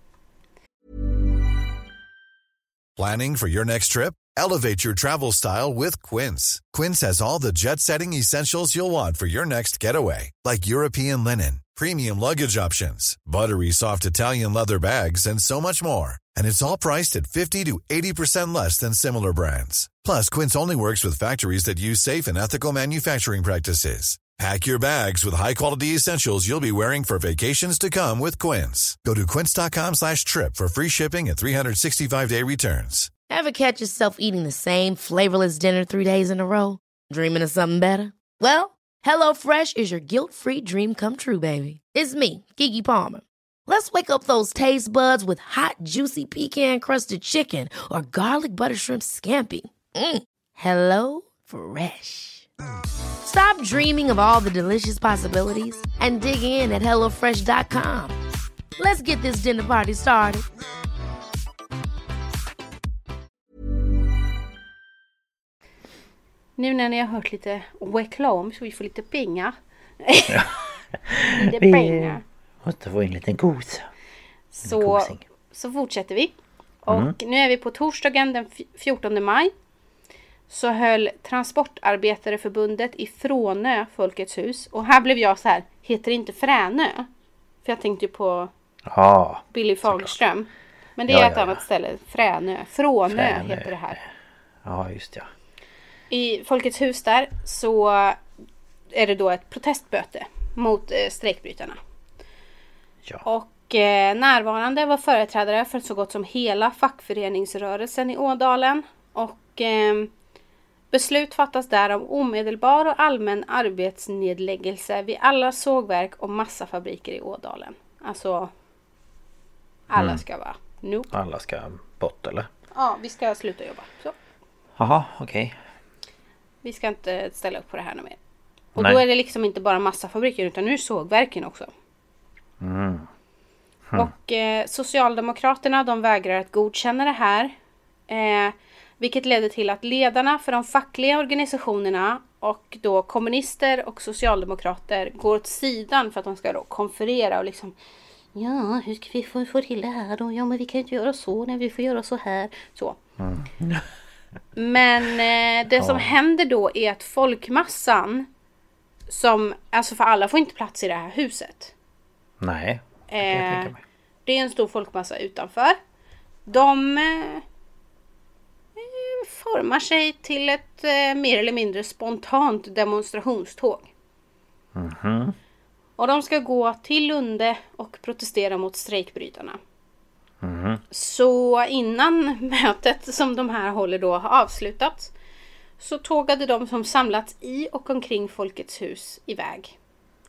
Planning for your next trip? Elevate your travel style with Quince. Quince has all the jet-setting essentials you'll want for your next getaway, like European linen, premium luggage options, buttery soft Italian leather bags, and so much more. And it's all priced at 50 to 80% less than similar brands. Plus, Quince only works with factories that use safe and ethical manufacturing practices. Pack your bags with high-quality essentials you'll be wearing for vacations to come with Quince. Go to quince.com/trip for free shipping and 365-day returns. Ever catch yourself eating the same flavorless dinner 3 days in a row? Dreaming of something better? Well, HelloFresh is your guilt-free dream come true, baby. It's me, Keke Palmer. Let's wake up those taste buds with hot, juicy pecan-crusted chicken or garlic butter shrimp scampi. Hello Fresh. Stop dreaming of all the delicious possibilities and dig in at HelloFresh.com. Let's get this dinner party started. Nu när ni har hört lite reklam så vi får lite pengar. Ja. Lite pengar. Måste få in lite gos. Så fortsätter vi. Och nu är vi på torsdagen den 14 maj. Så höll Transportarbetareförbundet i Frånö Folkets hus. Och här blev jag så här, heter det inte Fränö? För jag tänkte ju på Billy Fagerström. Men det är ett annat ställe, Fränö. Frånö heter det här. Ja, just ja. I Folkets hus där så är det då ett protestböte mot strejkbrytarna. Ja. Och närvarande var företrädare för så gott som hela fackföreningsrörelsen i Ådalen. Och beslut fattas där om omedelbar och allmän arbetsnedläggelse vid alla sågverk och massafabriker i Ådalen. Alltså alla ska vara nope. Alla ska bort eller? Ja, vi ska sluta jobba. Så. Jaha, okej. Vi ska inte ställa upp på det här mer. Och då är det liksom inte bara massafabriker utan nu är sågverken också. Och Socialdemokraterna de vägrar att godkänna det här. Vilket ledde till att ledarna för de fackliga organisationerna och då kommunister och socialdemokrater går åt sidan för att de ska då konferera och liksom ja, hur ska vi få till det här då? Ja, men vi kan inte göra så när vi får göra så här. Så. Men det som händer då är att folkmassan som, alltså för alla får inte plats i det här huset. Nej, det kan jag tänka mig. Det är en stor folkmassa utanför. De formar sig till ett mer eller mindre spontant demonstrationståg. Och de ska gå till Lunde och protestera mot strejkbrytarna. Så innan mötet som de här håller då har avslutats så tågade de som samlats i och omkring Folkets hus iväg.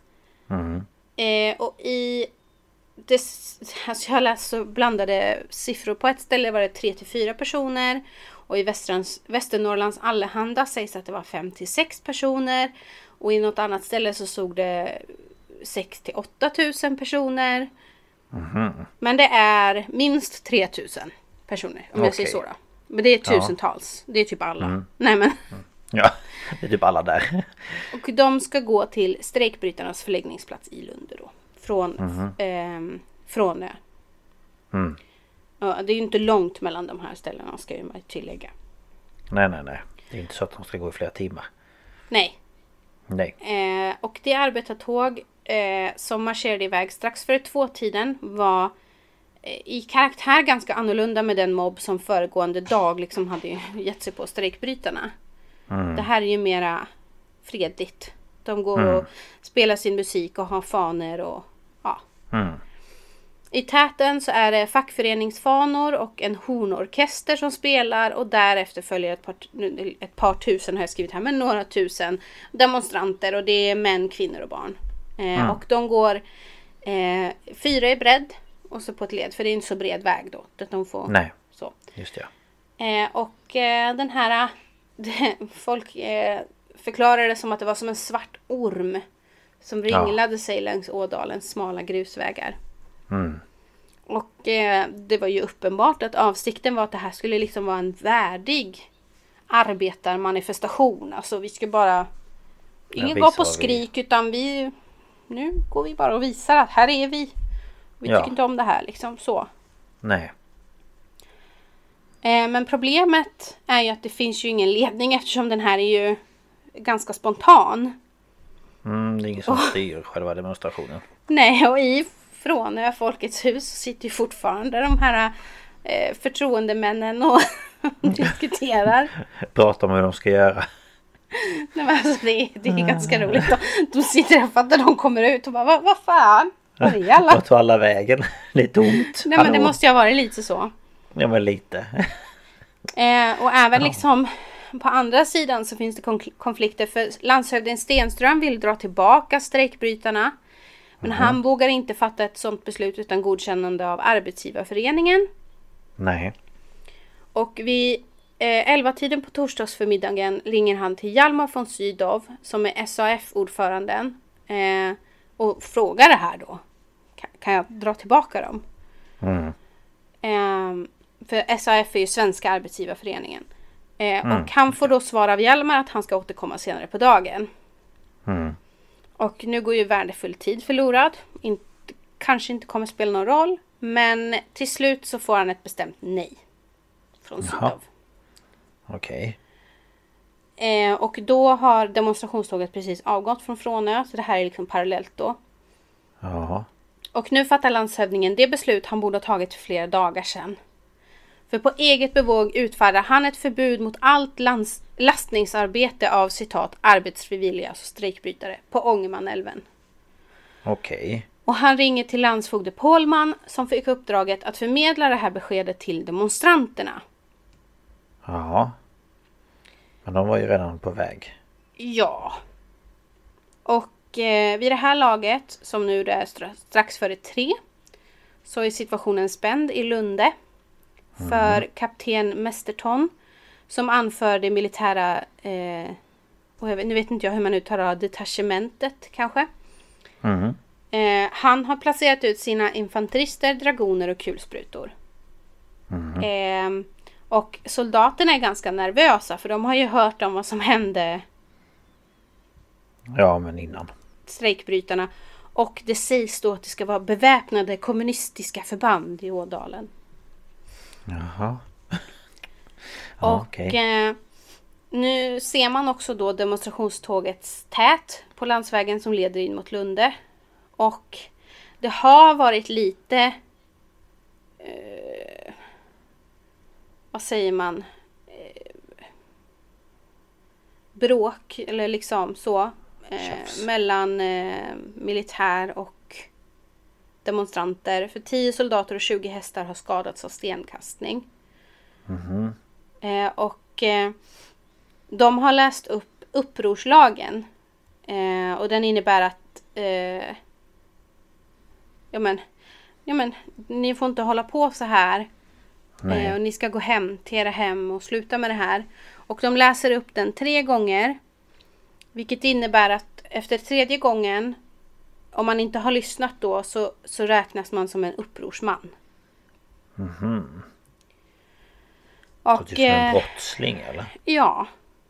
Och i det, alltså jag läste så blandade siffror. På ett ställe var det 3-4 personer och i Västernorrlands Allehanda sägs att det var 5-6 personer och i något annat ställe så stod det 6-8 000 personer. Men det är minst 3000 personer om jag säger så då. Men det är tusentals. Det är typ alla. Nej men. Ja, det är typ alla där. Och de ska gå till strejkbrytarnas förläggningsplats i Lunde då. Från Ja, det är ju inte långt mellan de här ställena ska ju man tillägga. Nej. Det är inte så att de ska gå i flera timmar. Nej. Nej. Och det arbetartåg som marscherade iväg strax före 2-tiden var i karaktär ganska annorlunda med den mobb som föregående dag liksom hade gett sig på strejkbrytarna. Det här är ju mera fredligt. De går och spelar sin musik och har faner och ja. I täten så är det fackföreningsfanor och en hornorkester som spelar och därefter följer ett par tusen har jag skrivit här, men några tusen demonstranter och det är män, kvinnor och barn. Och de går 4 i bredd och så på ett led, för det är inte så bred väg då. Att de får, nej, så. Just det. Och den här folk förklarar det som att det var som en svart orm som ringlade sig längs Ådalens smala grusvägar. Och det var ju uppenbart att avsikten var att det här skulle liksom vara en värdig arbetarmanifestation. Alltså vi ska bara... Ingen går på skrik utan nu går vi bara och visar att här är vi. Vi tycker inte om det här liksom så. Nej. Men problemet är ju att det finns ju ingen ledning eftersom den här är ju ganska spontan. Det är ingen som styr själva demonstrationen. Nej, och i Frånö Folkets hus sitter ju fortfarande de här förtroendemännen och diskuterar. Pratar om hur de ska göra. Nej, men alltså det är ganska roligt. De sitter och fattar de kommer ut och bara, vad fan? Vad är alla? Vart tog alla vägen? Det är tomt. Nej, men det måste ju ha varit lite så. Ja, men lite. Och även liksom på andra sidan så finns det konflikter. För landshövding Stenström vill dra tillbaka strejkbrytarna. Men han vågar inte fatta ett sådant beslut utan godkännande av arbetsgivarföreningen. Nej. Och vid 11-tiden på torsdagsförmiddagen ringer han till Hjalmar von Sydow som är SAF-ordföranden. Och frågar det här då. Kan jag dra tillbaka dem? För SAF är ju Svenska arbetsgivarföreningen. Och han får då svar av Hjalmar att han ska återkomma senare på dagen. Och nu går ju värdefull tid förlorad. Kanske inte kommer spela någon roll. Men till slut så får han ett bestämt nej. Från Sydow. Okej. Och då har demonstrationståget precis avgått från Frånö. Så det här är liksom parallellt då. Jaha. Och nu fattar landshövdingen det beslut han borde ha tagit för flera dagar sedan. För på eget bevåg utfärdar han ett förbud mot allt lastningsarbete av citat arbetsfrivilliga, alltså strejkbrytare, på Ångermanälven. Okej. Och han ringer till landsfogde Pålman som fick uppdraget att förmedla det här beskedet till demonstranterna. Ja. Men de var ju redan på väg. Ja. Och vid det här laget, som nu är strax före 3, så är situationen spänd i Lunde. För kapten Mesterton som anför det militära, nu vet inte jag hur man uttalar detachementet kanske. Han har placerat ut sina infanterister, dragoner och kulsprutor. Och soldaterna är ganska nervösa för de har ju hört om vad som hände. Ja, men innan. Strejkbrytarna. Och det sägs då att det ska vara beväpnade kommunistiska förband i Ådalen. Jaha. Och nu ser man också då demonstrationstågets tät på landsvägen som leder in mot Lunde. Och det har varit lite vad säger man, bråk eller liksom så mellan militär och demonstranter. För 10 soldater och 20 hästar har skadats av stenkastning. Och de har läst upp upprorslagen. Och den innebär att ni får inte hålla på så här. Och ni ska gå hem till era hem och sluta med det här. Och de läser upp den 3 gånger. Vilket innebär att efter 3:e gången, om man inte har lyssnat då, så räknas man som en upprorsman. Och, så typ som en brottsling eller? Ja.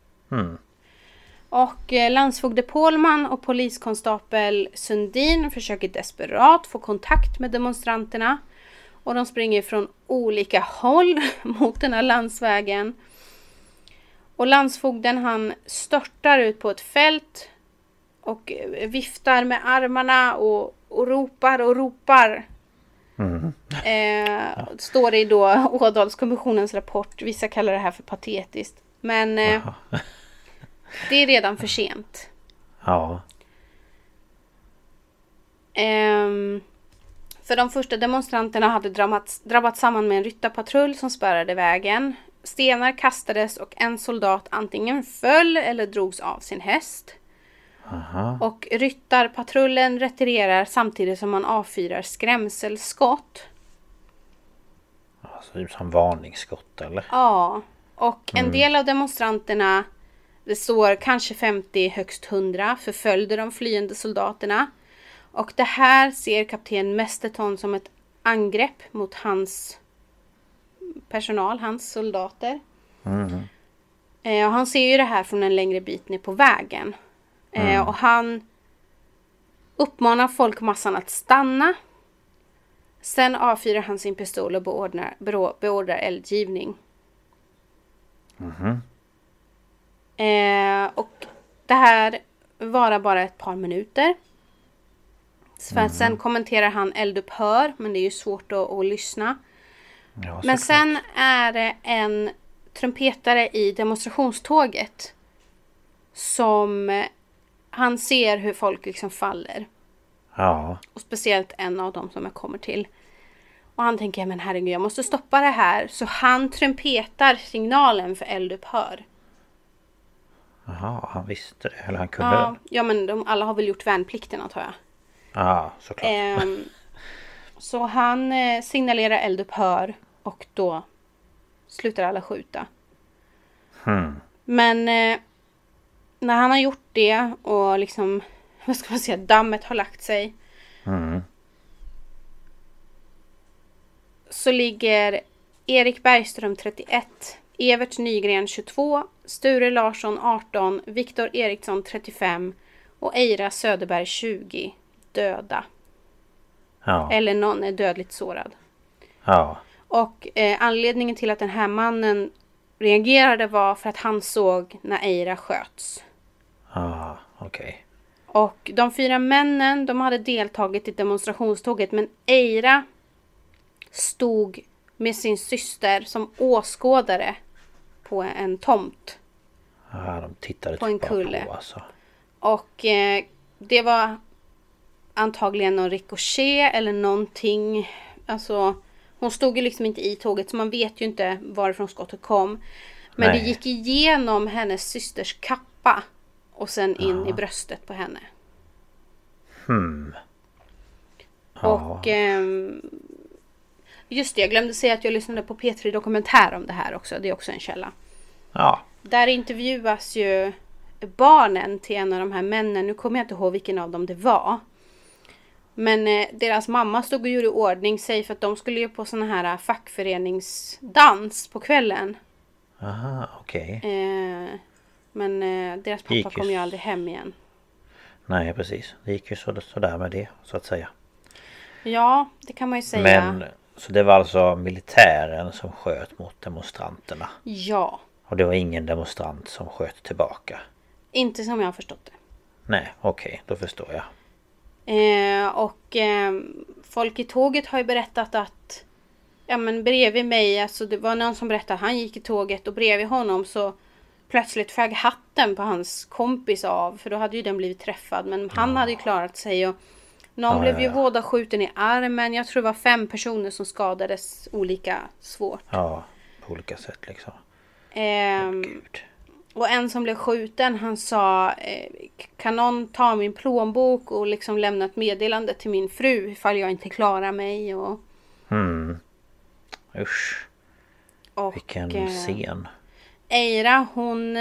Och landsfogde Pålman och poliskonstapel Sundin försöker desperat få kontakt med demonstranterna. Och de springer från olika håll mot den här landsvägen. Och landsfogden han störtar ut på ett fält och viftar med armarna och ropar. Står det i då Ådalskommissionens rapport. Vissa kallar det här för patetiskt. Men det är redan för sent. Ja. För de första demonstranterna hade drabbat samman med en ryttarpatrull som spärrade vägen. Stenar kastades och en soldat antingen föll eller drogs av sin häst. Och ryttarpatrullen retirerar samtidigt som man avfyrar skrämselskott. Alltså typ som varningsskott eller? Ja, och en del av demonstranterna, det står kanske 50, högst 100, förföljde de flyende soldaterna. Och det här ser kapten Mesterton som ett angrepp mot hans personal, hans soldater. Och han ser ju det här från en längre bit ner på vägen. Och han uppmanar folkmassan att stanna. Sen avfyrar han sin pistol och beordrar eldgivning. Och det här varar bara ett par minuter. För sen kommenterar han eldupphör, men det är ju svårt att lyssna. Ja, men sen är det en trumpetare i demonstrationståget som han ser hur folk liksom faller. Ja. Och speciellt en av dem som jag kommer till. Och han tänker, men herregud, jag måste stoppa det här. Så han trumpetar signalen för eldupphör. Jaha, han visste det. Eller han kunde det. Ja, men alla har väl gjort värnplikten, antar jag. Ja, såklart. Så han signalerar eldupphör. Och då slutar alla skjuta. Men när han har gjort det och liksom, vad ska man säga, dammet har lagt sig. Så ligger Erik Bergström 31, Evert Nygren 22, Sture Larsson 18, Viktor Eriksson 35 och Eira Söderberg 20 döda. Ja. Eller någon är dödligt sårad. Ja. Och anledningen till att den här mannen reagerade var för att han såg när Eira sköts. Ja, okej. Och de 4 männen, de hade deltagit i demonstrationståget, men Eira stod med sin syster som åskådare på en tomt. Ja, de tittade på en kulle. På, alltså. Och det var antagligen någon ricochet eller någonting. Alltså, hon stod ju liksom inte i tåget, så man vet ju inte varifrån skottet kom. Men det gick igenom hennes systers kappa och sen in i bröstet på henne. Och just det, jag glömde säga att jag lyssnade på P3 Dokumentär om det här också. Det är också en källa. Ja. Där intervjuas ju barnen till en av de här männen. Nu kommer jag inte ihåg vilken av dem det var. Men deras mamma stod och gjorde ordning sig för att de skulle ju på såna här fackföreningsdans på kvällen. Aha, okej. Men deras pappa kom ju aldrig hem igen. Nej, precis. Det gick ju sådär med det, så att säga. Ja, det kan man ju säga. Men, så det var alltså militären som sköt mot demonstranterna? Ja. Och det var ingen demonstrant som sköt tillbaka? Inte som jag har förstått det. Nej, okej, då förstår jag. Folk i tåget har ju berättat att bredvid mig, alltså det var någon som berättade att han gick i tåget och bredvid honom så plötsligt flög hatten på hans kompis av, för då hade ju den blivit träffad, men han hade ju klarat sig och någon blev ju vådaskjuten i armen. Jag tror det var 5 personer som skadades olika svårt. Ja, på olika sätt liksom. Gud. Och en som blev skjuten, han sa, kan någon ta min plånbok och liksom lämna ett meddelande till min fru ifall jag inte klarar mig. Och... Usch. Och, vilken scen. Eira, hon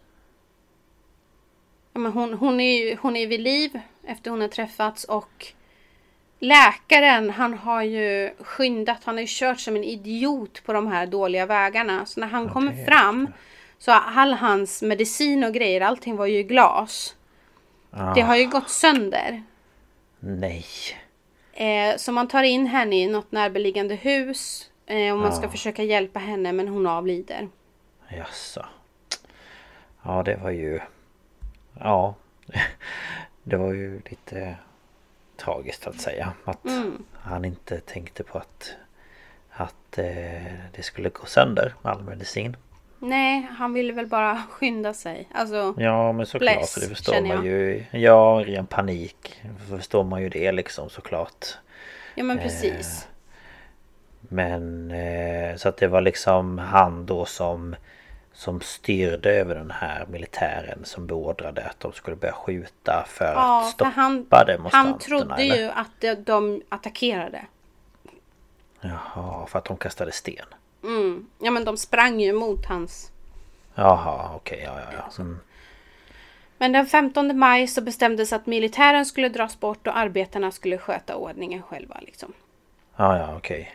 är vid liv efter hon har träffats, och läkaren, han har ju skyndat, han har ju kört som en idiot på de här dåliga vägarna. Så när han kommer fram så all hans medicin och grejer, allting var ju i glas. Det har ju gått sönder. Nej. Så man tar in henne i något närbeläggande hus och man ska försöka hjälpa henne, men hon avlider. Jaså. Ja, det var ju... Ja, det var ju lite tragiskt att säga. Att han inte tänkte på att det skulle gå sönder, all medicin. Nej, han ville väl bara skynda sig. Alltså, ja, men såklart, så det förstår man ju. Ja, ren panik. Så förstår man ju det liksom, såklart. Ja, men precis. Men så att det var liksom han då som styrde över den här militären, som beordrade att de skulle börja skjuta för att stoppa demonstranterna. Han trodde ju att de attackerade. Jaha, för att de kastade sten. Ja, men de sprang ju mot hans... Jaha, okej, ja. Men den 15 maj så bestämdes att militären skulle dras bort och arbetarna skulle sköta ordningen själva liksom. Ja, okej.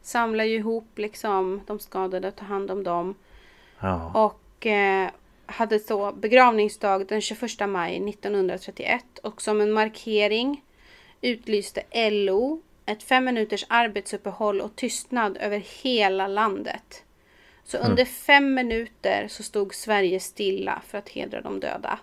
samlar ju ihop liksom de skadade och tar hand om dem. Ja. Och hade så begravningsdag den 21 maj 1931. Och som en markering utlyste LO ett 5 minuters arbetsuppehåll och tystnad över hela landet. Så under 5 minuter så stod Sverige stilla för att hedra de döda.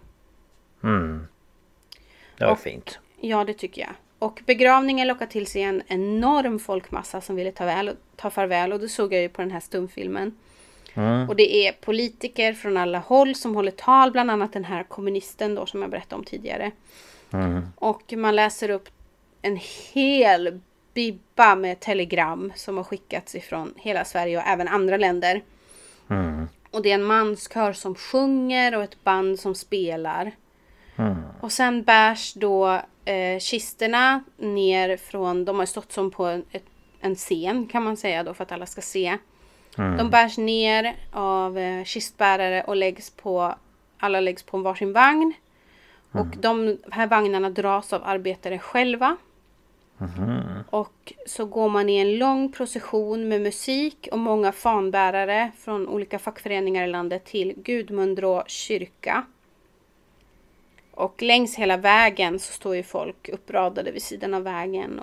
Det var fint. Ja, det tycker jag. Och begravningen lockade till sig en enorm folkmassa som ville ta farväl. Och det såg jag ju på den här stumfilmen. Och det är politiker från alla håll som håller tal. Bland annat den här kommunisten då som jag berättade om tidigare. Och man läser upp en hel bibba med telegram som har skickats ifrån hela Sverige och även andra länder. Och det är en manskör som sjunger och ett band som spelar. Och sen bärs då kisterna ner från, de har stått som på en scen kan man säga då för att alla ska se. De bärs ner av kistbärare och alla läggs på en varsin vagn. Och de här vagnarna dras av arbetare själva. Och så går man i en lång procession med musik och många fanbärare från olika fackföreningar i landet till Gudmundså kyrka. Och längs hela vägen så står ju folk uppradade vid sidan av vägen.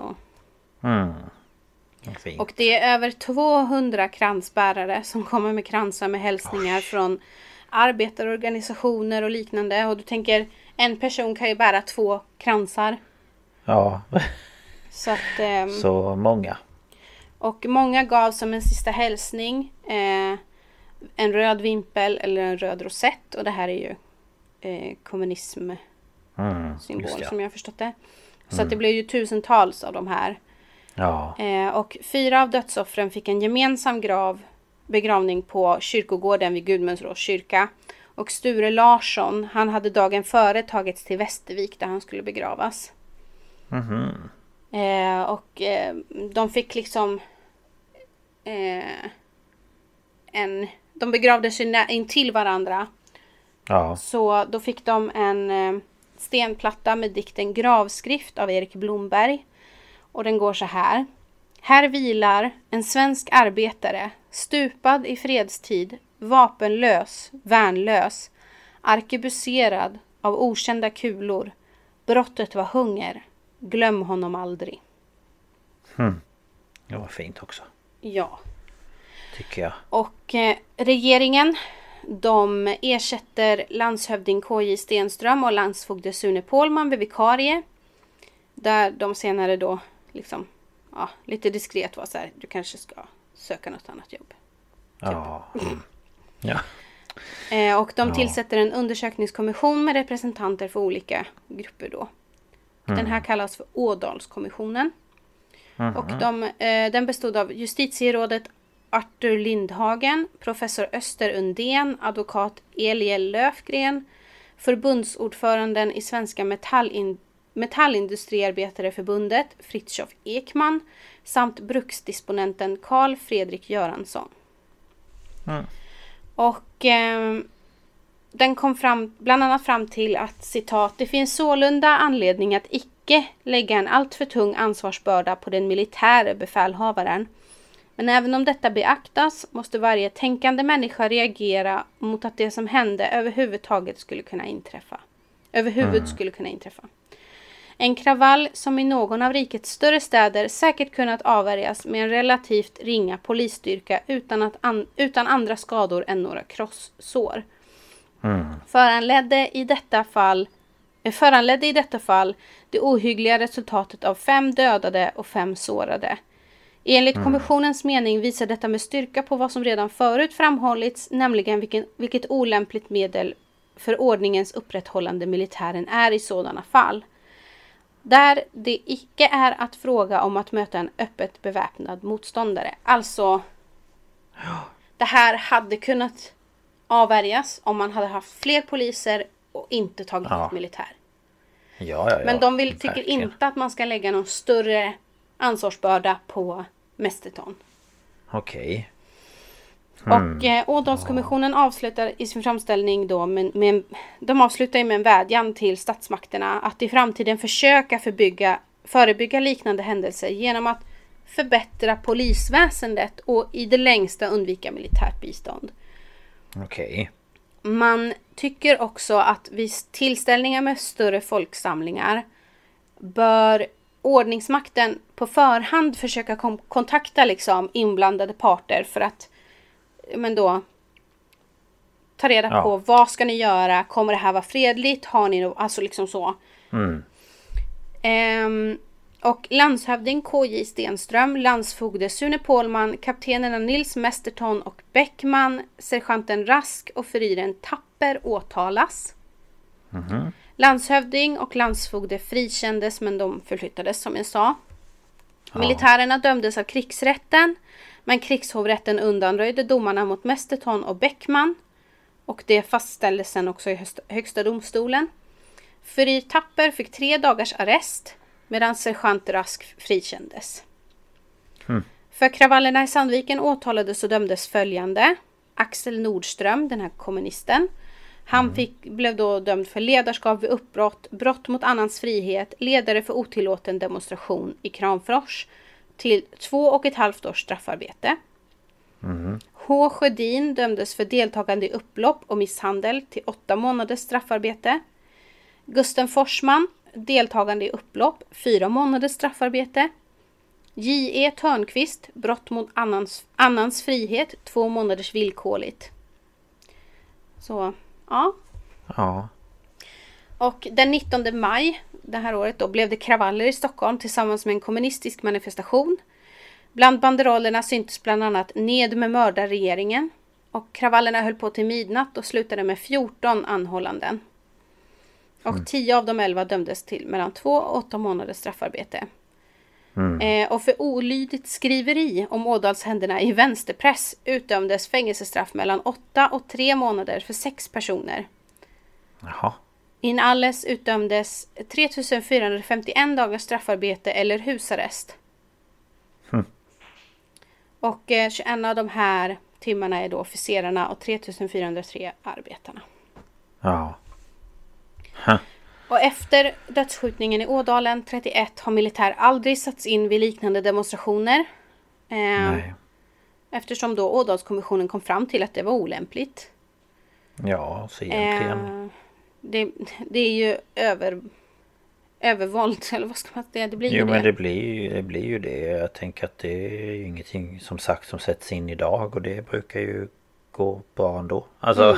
Och det är över 200 kransbärare som kommer med kransar med hälsningar från arbetarorganisationer och liknande. Och du tänker, en person kan ju bära 2 kransar. Ja. Så att, så många. Och många gav som en sista hälsning en röd vimpel eller en röd rosett. Och det här är ju kommunism symbol som jag har förstått det. Så att det blev ju tusentals av de här. Ja. Och 4 av dödsoffren fick en gemensam begravning på kyrkogården vid Gudmundså kyrka. Och Sture Larsson, han hade dagen före tagits till Västervik där han skulle begravas. Och de fick liksom de begravde sig in till varandra. Ja. Så då fick de en stenplatta med dikten Gravskrift av Erik Blomberg. Och den går så här. Här vilar en svensk arbetare, stupad i fredstid, vapenlös, värnlös, arkebuserad av okända kulor. Brottet var hunger. Glöm honom aldrig. Det var fint också. Ja. Tycker jag. Och regeringen, de ersätter landshövding KJ Stenström och landsfogde Sune Pålman vid vikarie. Där de senare då liksom, lite diskret var så här, du kanske ska söka något annat jobb. Ja. Ja. Och de tillsätter en undersökningskommission med representanter för olika grupper då. Den här kallas för Ådalskommissionen. Och den bestod av justitierådet Arthur Lindhagen, professor Öster Undén, advokat Eliel Löfgren, förbundsordföranden i Svenska Metallindustriarbetareförbundet Fritjof Ekman samt bruksdisponenten Carl Fredrik Göransson. Och den kom bland annat fram till att, citat, det finns sålunda anledning att icke lägga en alltför tung ansvarsbörda på den militära befälhavaren. Men även om detta beaktas måste varje tänkande människa reagera mot att det som hände överhuvud skulle kunna inträffa. En kravall som i någon av rikets större städer säkert kunnat avvärjas med en relativt ringa polisstyrka utan andra skador än några krossår. Föranledde i detta fall det ohyggliga resultatet av 5 dödade och 5 sårade. Enligt kommissionens mening visar detta med styrka på vad som redan förut framhållits, nämligen vilket olämpligt medel för ordningens upprätthållande militären är i sådana fall. Där det icke är att fråga om att möta en öppet beväpnad motståndare. Alltså, det här hade kunnat avvärjas om man hade haft fler poliser och inte tagit hit militär. Ja. Men de tycker inte att man ska lägga någon större ansvarsbörda på Mästerton. Okej. Och Ådalskommissionen avslutar i sin framställning då de avslutar med en vädjan till statsmakterna att i framtiden försöka förebygga liknande händelser genom att förbättra polisväsendet och i det längsta undvika militärt bistånd. Okej. Man tycker också att vid tillställningar med större folksamlingar bör ordningsmakten på förhand försöka kontakta liksom inblandade parter för att ta reda på vad ska ni göra, kommer det här vara fredligt, har ni alltså liksom så. Och landshövding KJ Stenström, landsfogde Sune Pålman, kaptenerna Nils Mesterton och Bäckman, sergeanten Rask och fyren Tapper åtalas. Landshövding och landsfogde frikändes, men de förflyttades som jag sa. Militärerna dömdes av krigsrätten, men krigshovrätten undanröjde domarna mot Mesterton och Bäckman. Och det fastställdes sen också i högsta domstolen. Fyr Tapper fick 3 dagars arrest, medan sergeant Rask frikändes. För kravallerna i Sandviken åtalades och dömdes följande. Axel Nordström, den här kommunisten. Han blev då dömd för ledarskap vid uppbrott, brott mot annans frihet, ledare för otillåten demonstration i Kramfors till 2,5 års straffarbete. H. Sjödin dömdes för deltagande i upplopp och misshandel till 8 månaders straffarbete. Gusten Forsman, deltagande i upplopp, 4 månaders straffarbete. J.E. Törnqvist, brott mot annans frihet, 2 månaders villkorligt. Så, ja. Och den 19 maj det här året då blev det kravaller i Stockholm tillsammans med en kommunistisk manifestation. Bland banderollerna syntes bland annat ned med mördarregeringen. Och kravallerna höll på till midnatt och slutade med 14 anhållanden. Och 10 av de 11 dömdes till mellan 2 och 8 månaders straffarbete. Och för olydigt skriveri om Ådalshänderna i vänsterpress utdömdes fängelsestraff mellan 8 och 3 månader för 6 personer. Jaha. Inalles utdömdes 3451 dagars straffarbete eller husarrest. Och 21 av de här timmarna är då officerarna och 3403 arbetarna. Ja. Och efter dödsskjutningen i Ådalen 31 har militär aldrig satts in vid liknande demonstrationer. Nej. Eftersom då Ådalskommissionen kom fram till att det var olämpligt. Ja, så egentligen. Det är ju övervåld, eller vad ska man säga? Det blir ju men det. det blir ju det. Jag tänker att det är ju ingenting som sagt som sätts in idag, och det brukar ju gå bra ändå. Alltså.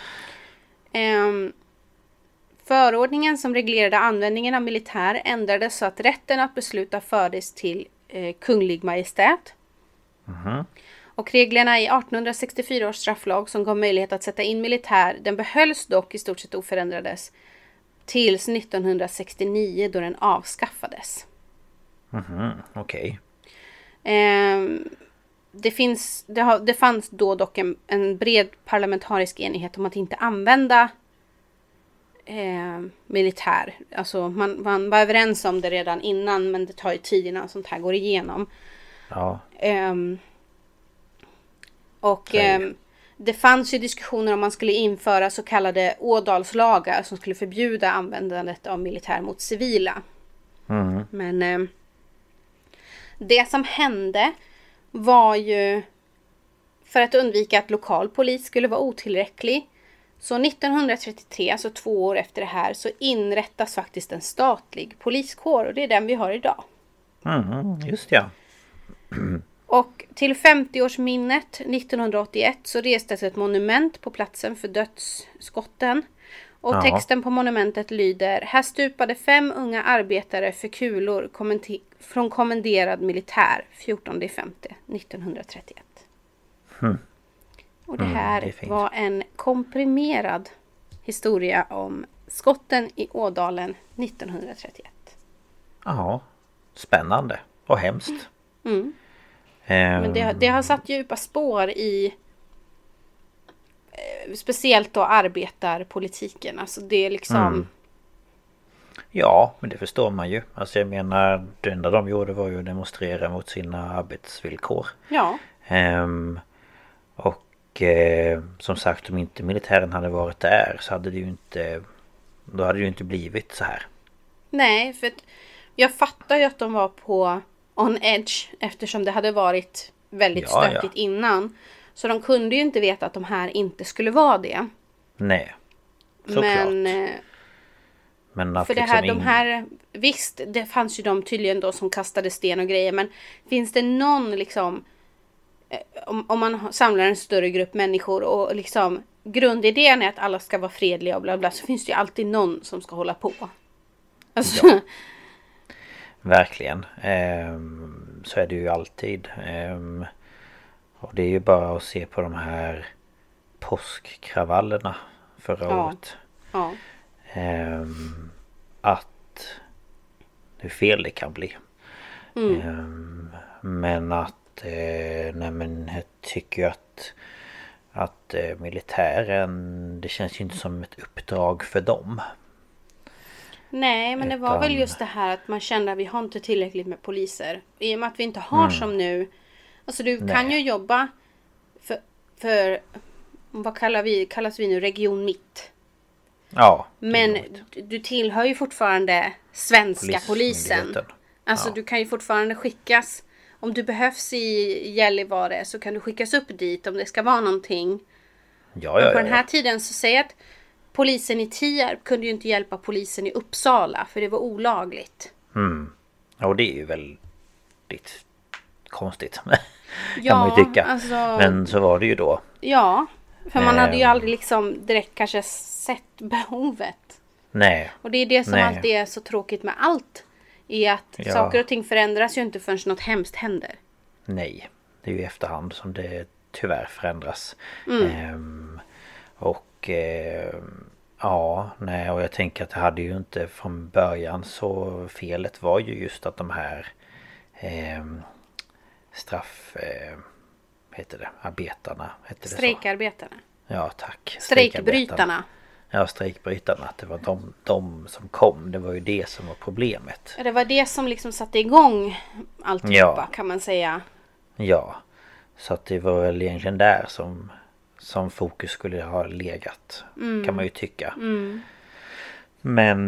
Förordningen som reglerade användningen av militär ändrades så att rätten att besluta fördes till kunglig majestät. Och reglerna i 1864 års strafflag som gav möjlighet att sätta in militär, den behölls dock i stort sett oförändrades tills 1969 då den avskaffades. Okej. Det fanns då dock en bred parlamentarisk enighet om att inte använda militär. Alltså man var överens om det redan innan, men det tar ju tid innan sånt här går igenom. Ja. Det fanns ju diskussioner om man skulle införa så kallade Ådalslagar som skulle förbjuda användandet av militär mot civila. Men det som hände var ju, för att undvika att lokal polis skulle vara otillräcklig, så 1933, alltså 2 år efter det här, så inrättas faktiskt en statlig poliskår, och det är den vi har idag. Just ja. Och till 50-årsminnet 1981 så restes ett monument på platsen för dödsskotten. Och texten på monumentet lyder: här stupade 5 unga arbetare för kulor från kommenderad militär 14/5/1931. Och det här var en komprimerad historia om skotten i Ådalen 1931. Ja, spännande och hemskt. Men det har satt djupa spår i speciellt då arbetarpolitiken. Alltså det är liksom... Ja, men det förstår man ju. Alltså jag menar, det enda de gjorde var ju att demonstrera mot sina arbetsvillkor. Ja. Som sagt, om inte militären hade varit där så hade det ju inte... Då hade det ju inte blivit så här. Nej, för att jag fattar ju att de var på on edge eftersom det hade varit väldigt stökigt innan. Så de kunde ju inte veta att de här inte skulle vara det. Nej, såklart. Men att för det här, de här, visst, det fanns ju de tydligen då som kastade sten och grejer. Men finns det någon liksom, om man samlar en större grupp människor och liksom grundidén är att alla ska vara fredliga och bla bla, så finns det ju alltid någon som ska hålla på. Alltså. Ja. Verkligen. Så är det ju alltid. Och det är ju bara att se på de här påskkravallerna förra året. Ja. Att hur fel det kan bli. Men att nej, men jag tycker att militären, det känns ju inte som ett uppdrag för dem. Nej, men det var väl just det här att man kände att vi har inte tillräckligt med poliser. I och med att vi inte har som nu. Alltså du kan ju jobba för vad kallas vi nu? Region mitt. Ja. Men du tillhör ju fortfarande svenska polisen. Alltså du kan ju fortfarande skickas. Om du behövs i Gällivare så kan du skickas upp dit om det ska vara någonting. Ja. På den här tiden så säger jag att polisen i Tierp kunde ju inte hjälpa polisen i Uppsala för det var olagligt. Och det är ju väldigt konstigt. Kan man ju tycka. Alltså, men så var det ju då. Ja, för man hade ju aldrig liksom direkt kanske sett behovet. Nej. Och det är det som alltid är så tråkigt med allt. Är att saker och ting förändras ju inte förrän något hemskt händer. Nej, det är ju i efterhand som det tyvärr förändras. Och jag tänker att det hade ju inte från början, så felet var ju just att de här arbetarna hette det strejkarbetarna. Ja, tack. Strejkbrytarna. Ja, strejkbrytarna. Att det var de som kom. Det var ju det som var problemet. Ja, det var det som liksom satte igång alltihopa kan man säga. Ja, så att det var väl egentligen där som fokus skulle ha legat. Kan man ju tycka. Men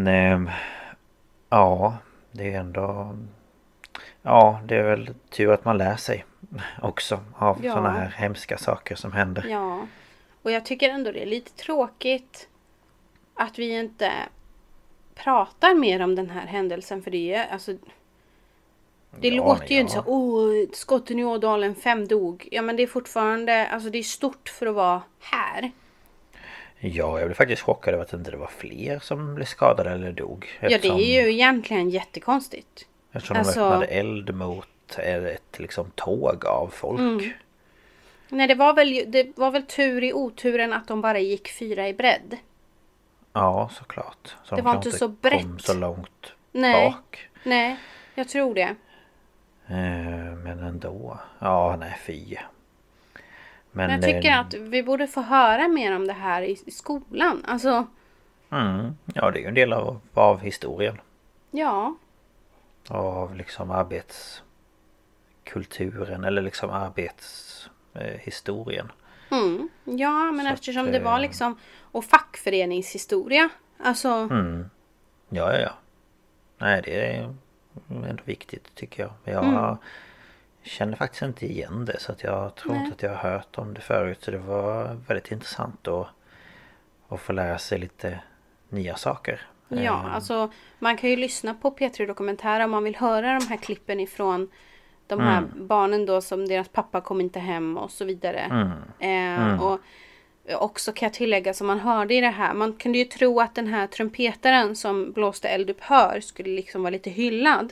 det är ändå... Ja, det är väl tur att man lär sig också av sådana här hemska saker som händer. Ja, och jag tycker ändå det är lite tråkigt att vi inte pratar mer om den här händelsen. För det är alltså... Det låter ju inte så, skotten i Ådalen, 5 dog. Ja, men det är fortfarande, alltså det är stort för att vara här. Ja, jag blev faktiskt chockad över att det inte var fler som blev skadade eller dog. Eftersom, ja, det är ju egentligen jättekonstigt. Eftersom de öppnade eld mot ett liksom tåg av folk. Nej, det var väl tur i oturen att de bara gick 4 i bredd. Ja, såklart. Så det var inte så brett. Kom så långt bak. Nej, jag tror det. Men ändå. Ja, nej, fy. Men jag tycker att vi borde få höra mer om det här i skolan. Alltså... Ja, det är ju en del av historien. Ja. Av liksom arbetskulturen eller liksom arbetshistorien. Ja, men så eftersom det var liksom... Och fackföreningshistoria. Alltså... Ja. Nej, det är ändå viktigt tycker jag. Jag känner faktiskt inte igen det, så att jag tror inte att jag har hört om det förut. Så det var väldigt intressant att få lära sig lite nya saker. Ja, alltså man kan ju lyssna på P3 Dokumentär om man vill höra de här klippen ifrån de här barnen då som deras pappa kom inte hem och så vidare. Och också kan jag tillägga, som man hörde i det här, man kunde ju tro att den här trumpetaren som blåste eldupphör skulle liksom vara lite hyllad.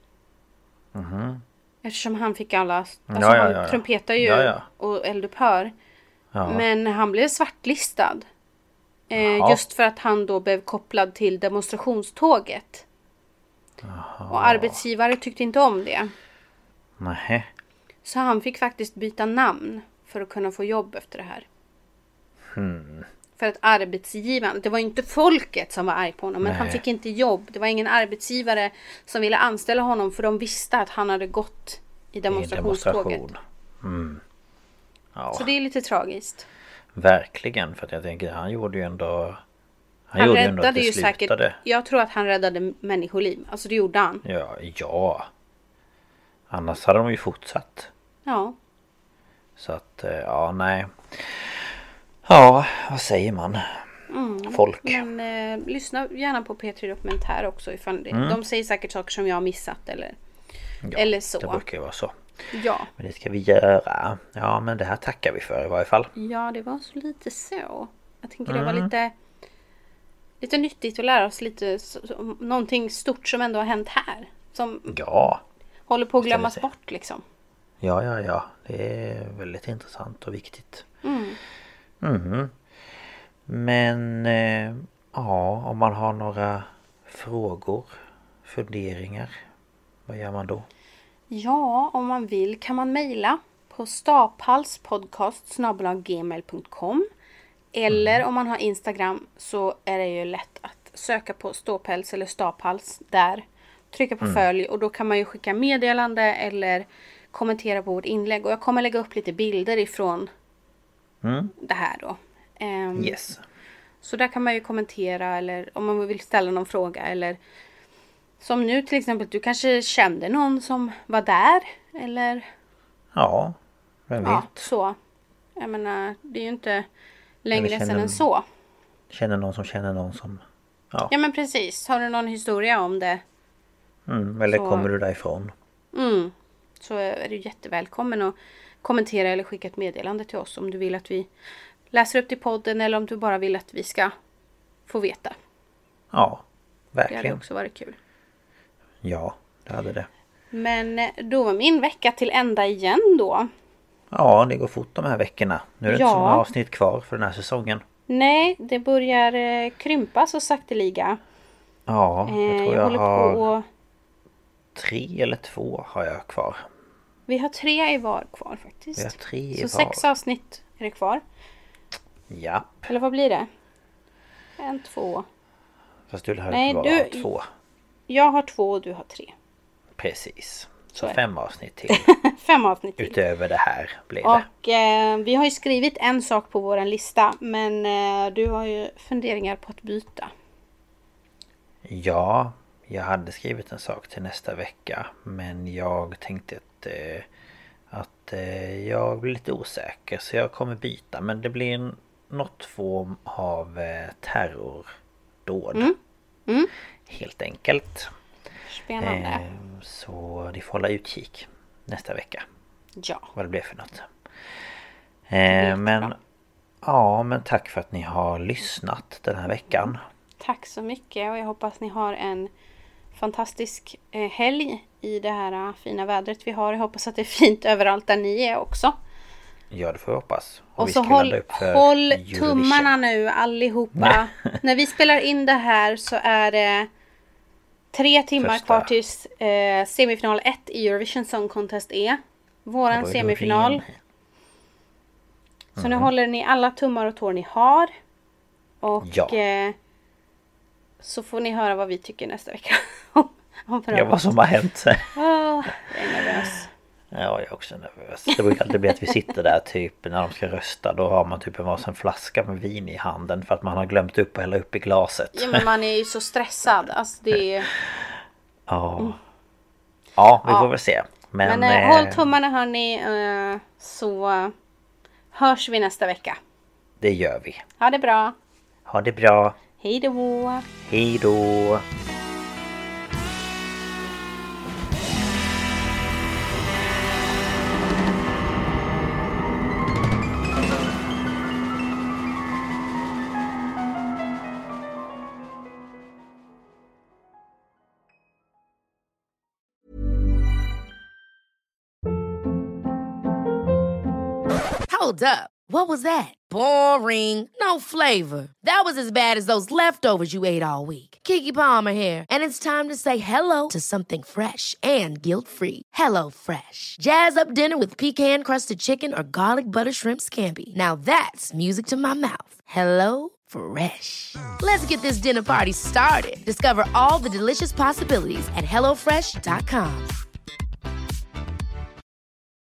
Eftersom han fick alla, alltså han trumpetar ju och eldupphör. Men han blev svartlistad. Just för att han då blev kopplad till demonstrationståget. Och arbetsgivare tyckte inte om det. Nej. Så han fick faktiskt byta namn för att kunna få jobb efter det här. För att arbetsgivaren, det var inte folket som var arg på honom, men han fick inte jobb. Det var ingen arbetsgivare som ville anställa honom för de visste att han hade gått i demonstrationståget. Så det är lite tragiskt. Verkligen, för att jag tänker han gjorde ju ändå... Han räddade ju säkert... Jag tror att han räddade människoliv. Alltså det gjorde han. Ja. Annars hade de ju fortsatt. Ja. Så att, ja, nej. Ja, vad säger man? Folk. Men lyssna gärna på P3 Dokumentär också ifall de säger säkert saker som jag har missat eller så. Det brukar ju vara så. Ja. Men det ska vi göra. Ja, men det här tackar vi för i varje fall. Ja, det var så lite så. Jag tänker det var lite nyttigt att lära oss lite någonting stort som ändå har hänt här. Som håller på att glömmas bort liksom. Ja. Det är väldigt intressant och viktigt. Men om man har några frågor, funderingar, vad gör man då? Ja, om man vill kan man mejla på staphalspodcast@gmail.com. Eller om man har Instagram så är det ju lätt att söka på ståpäls eller staphals där. Trycka på följ och då kan man ju skicka meddelande eller kommentera på vårt inlägg. Och jag kommer lägga upp lite bilder ifrån det här då. Yes. Så där kan man ju kommentera eller om man vill ställa någon fråga eller som nu till exempel, du kanske kände någon som var där eller ja, vem vet. Ja, så. Jag menar, det är ju inte längre sedan än så. Känner någon som känner någon som Ja men precis, har du någon historia om det? Eller så kommer du därifrån? Så är du jättevälkommen att kommentera eller skicka ett meddelande till oss om du vill att vi läser upp till podden eller om du bara vill att vi ska få veta. Ja, verkligen. Det hade också varit kul. Ja, det hade det. Men då var min vecka till ända igen då. Ja, det går fort de här veckorna. Nu är det inte så många avsnitt kvar för den här säsongen. Nej, det börjar krympa så sakteliga. Ja, jag tror jag har på 3 eller 2 har jag kvar. Vi har 3 i var kvar faktiskt. Vi har 3 i var. Så 6 avsnitt är det kvar. Ja. Eller vad blir det? 1, 2. Fast du hade bara 2. Jag har 2 och du har 3. Precis. Så 5 avsnitt till. 5 avsnitt till. Utöver det här blev det. Och vi har ju skrivit en sak på våran lista. Men du har ju funderingar på att byta. Ja, jag hade skrivit en sak till nästa vecka. Men jag tänkte att jag blir lite osäker. Så jag kommer byta. Men det blir något form av terrordåd. Helt enkelt. Spännande. Så ni får hålla utkik nästa vecka. Ja. Vad det blir för något. Men tack för att ni har lyssnat den här veckan. Tack så mycket och jag hoppas ni har en fantastisk helg i det här fina vädret vi har. Jag hoppas att det är fint överallt där ni är också. Ja, det får jag hoppas. Och så håll tummarna nu allihopa. När vi spelar in det här så är det 3 timmar kvar tills semifinal 1 i Eurovision Song Contest är. Våran semifinal. Så nu håller ni alla tummar och tår ni har. Och så får ni höra vad vi tycker nästa vecka. Vad som har hänt. Jag är nervös. Ja, jag är också nervös. Det brukar alltid bli att vi sitter där typ när de ska rösta. Då har man typ en varsin flaska med vin i handen för att man har glömt upp och hälla upp i glaset. Ja, men man är ju så stressad. Alltså det är... Ja, vi får väl se. Men håll tummarna hörni, så hörs vi nästa vecka. Det gör vi. Ha det bra. Ha det bra. Hej då. Hej då. Hold up. What was that? Boring. No flavor. That was as bad as those leftovers you ate all week. Keke Palmer here, and it's time to say hello to something fresh and guilt-free. Hello Fresh. Jazz up dinner with pecan-crusted chicken or garlic butter shrimp scampi. Now that's music to my mouth. Hello Fresh. Let's get this dinner party started. Discover all the delicious possibilities at hellofresh.com.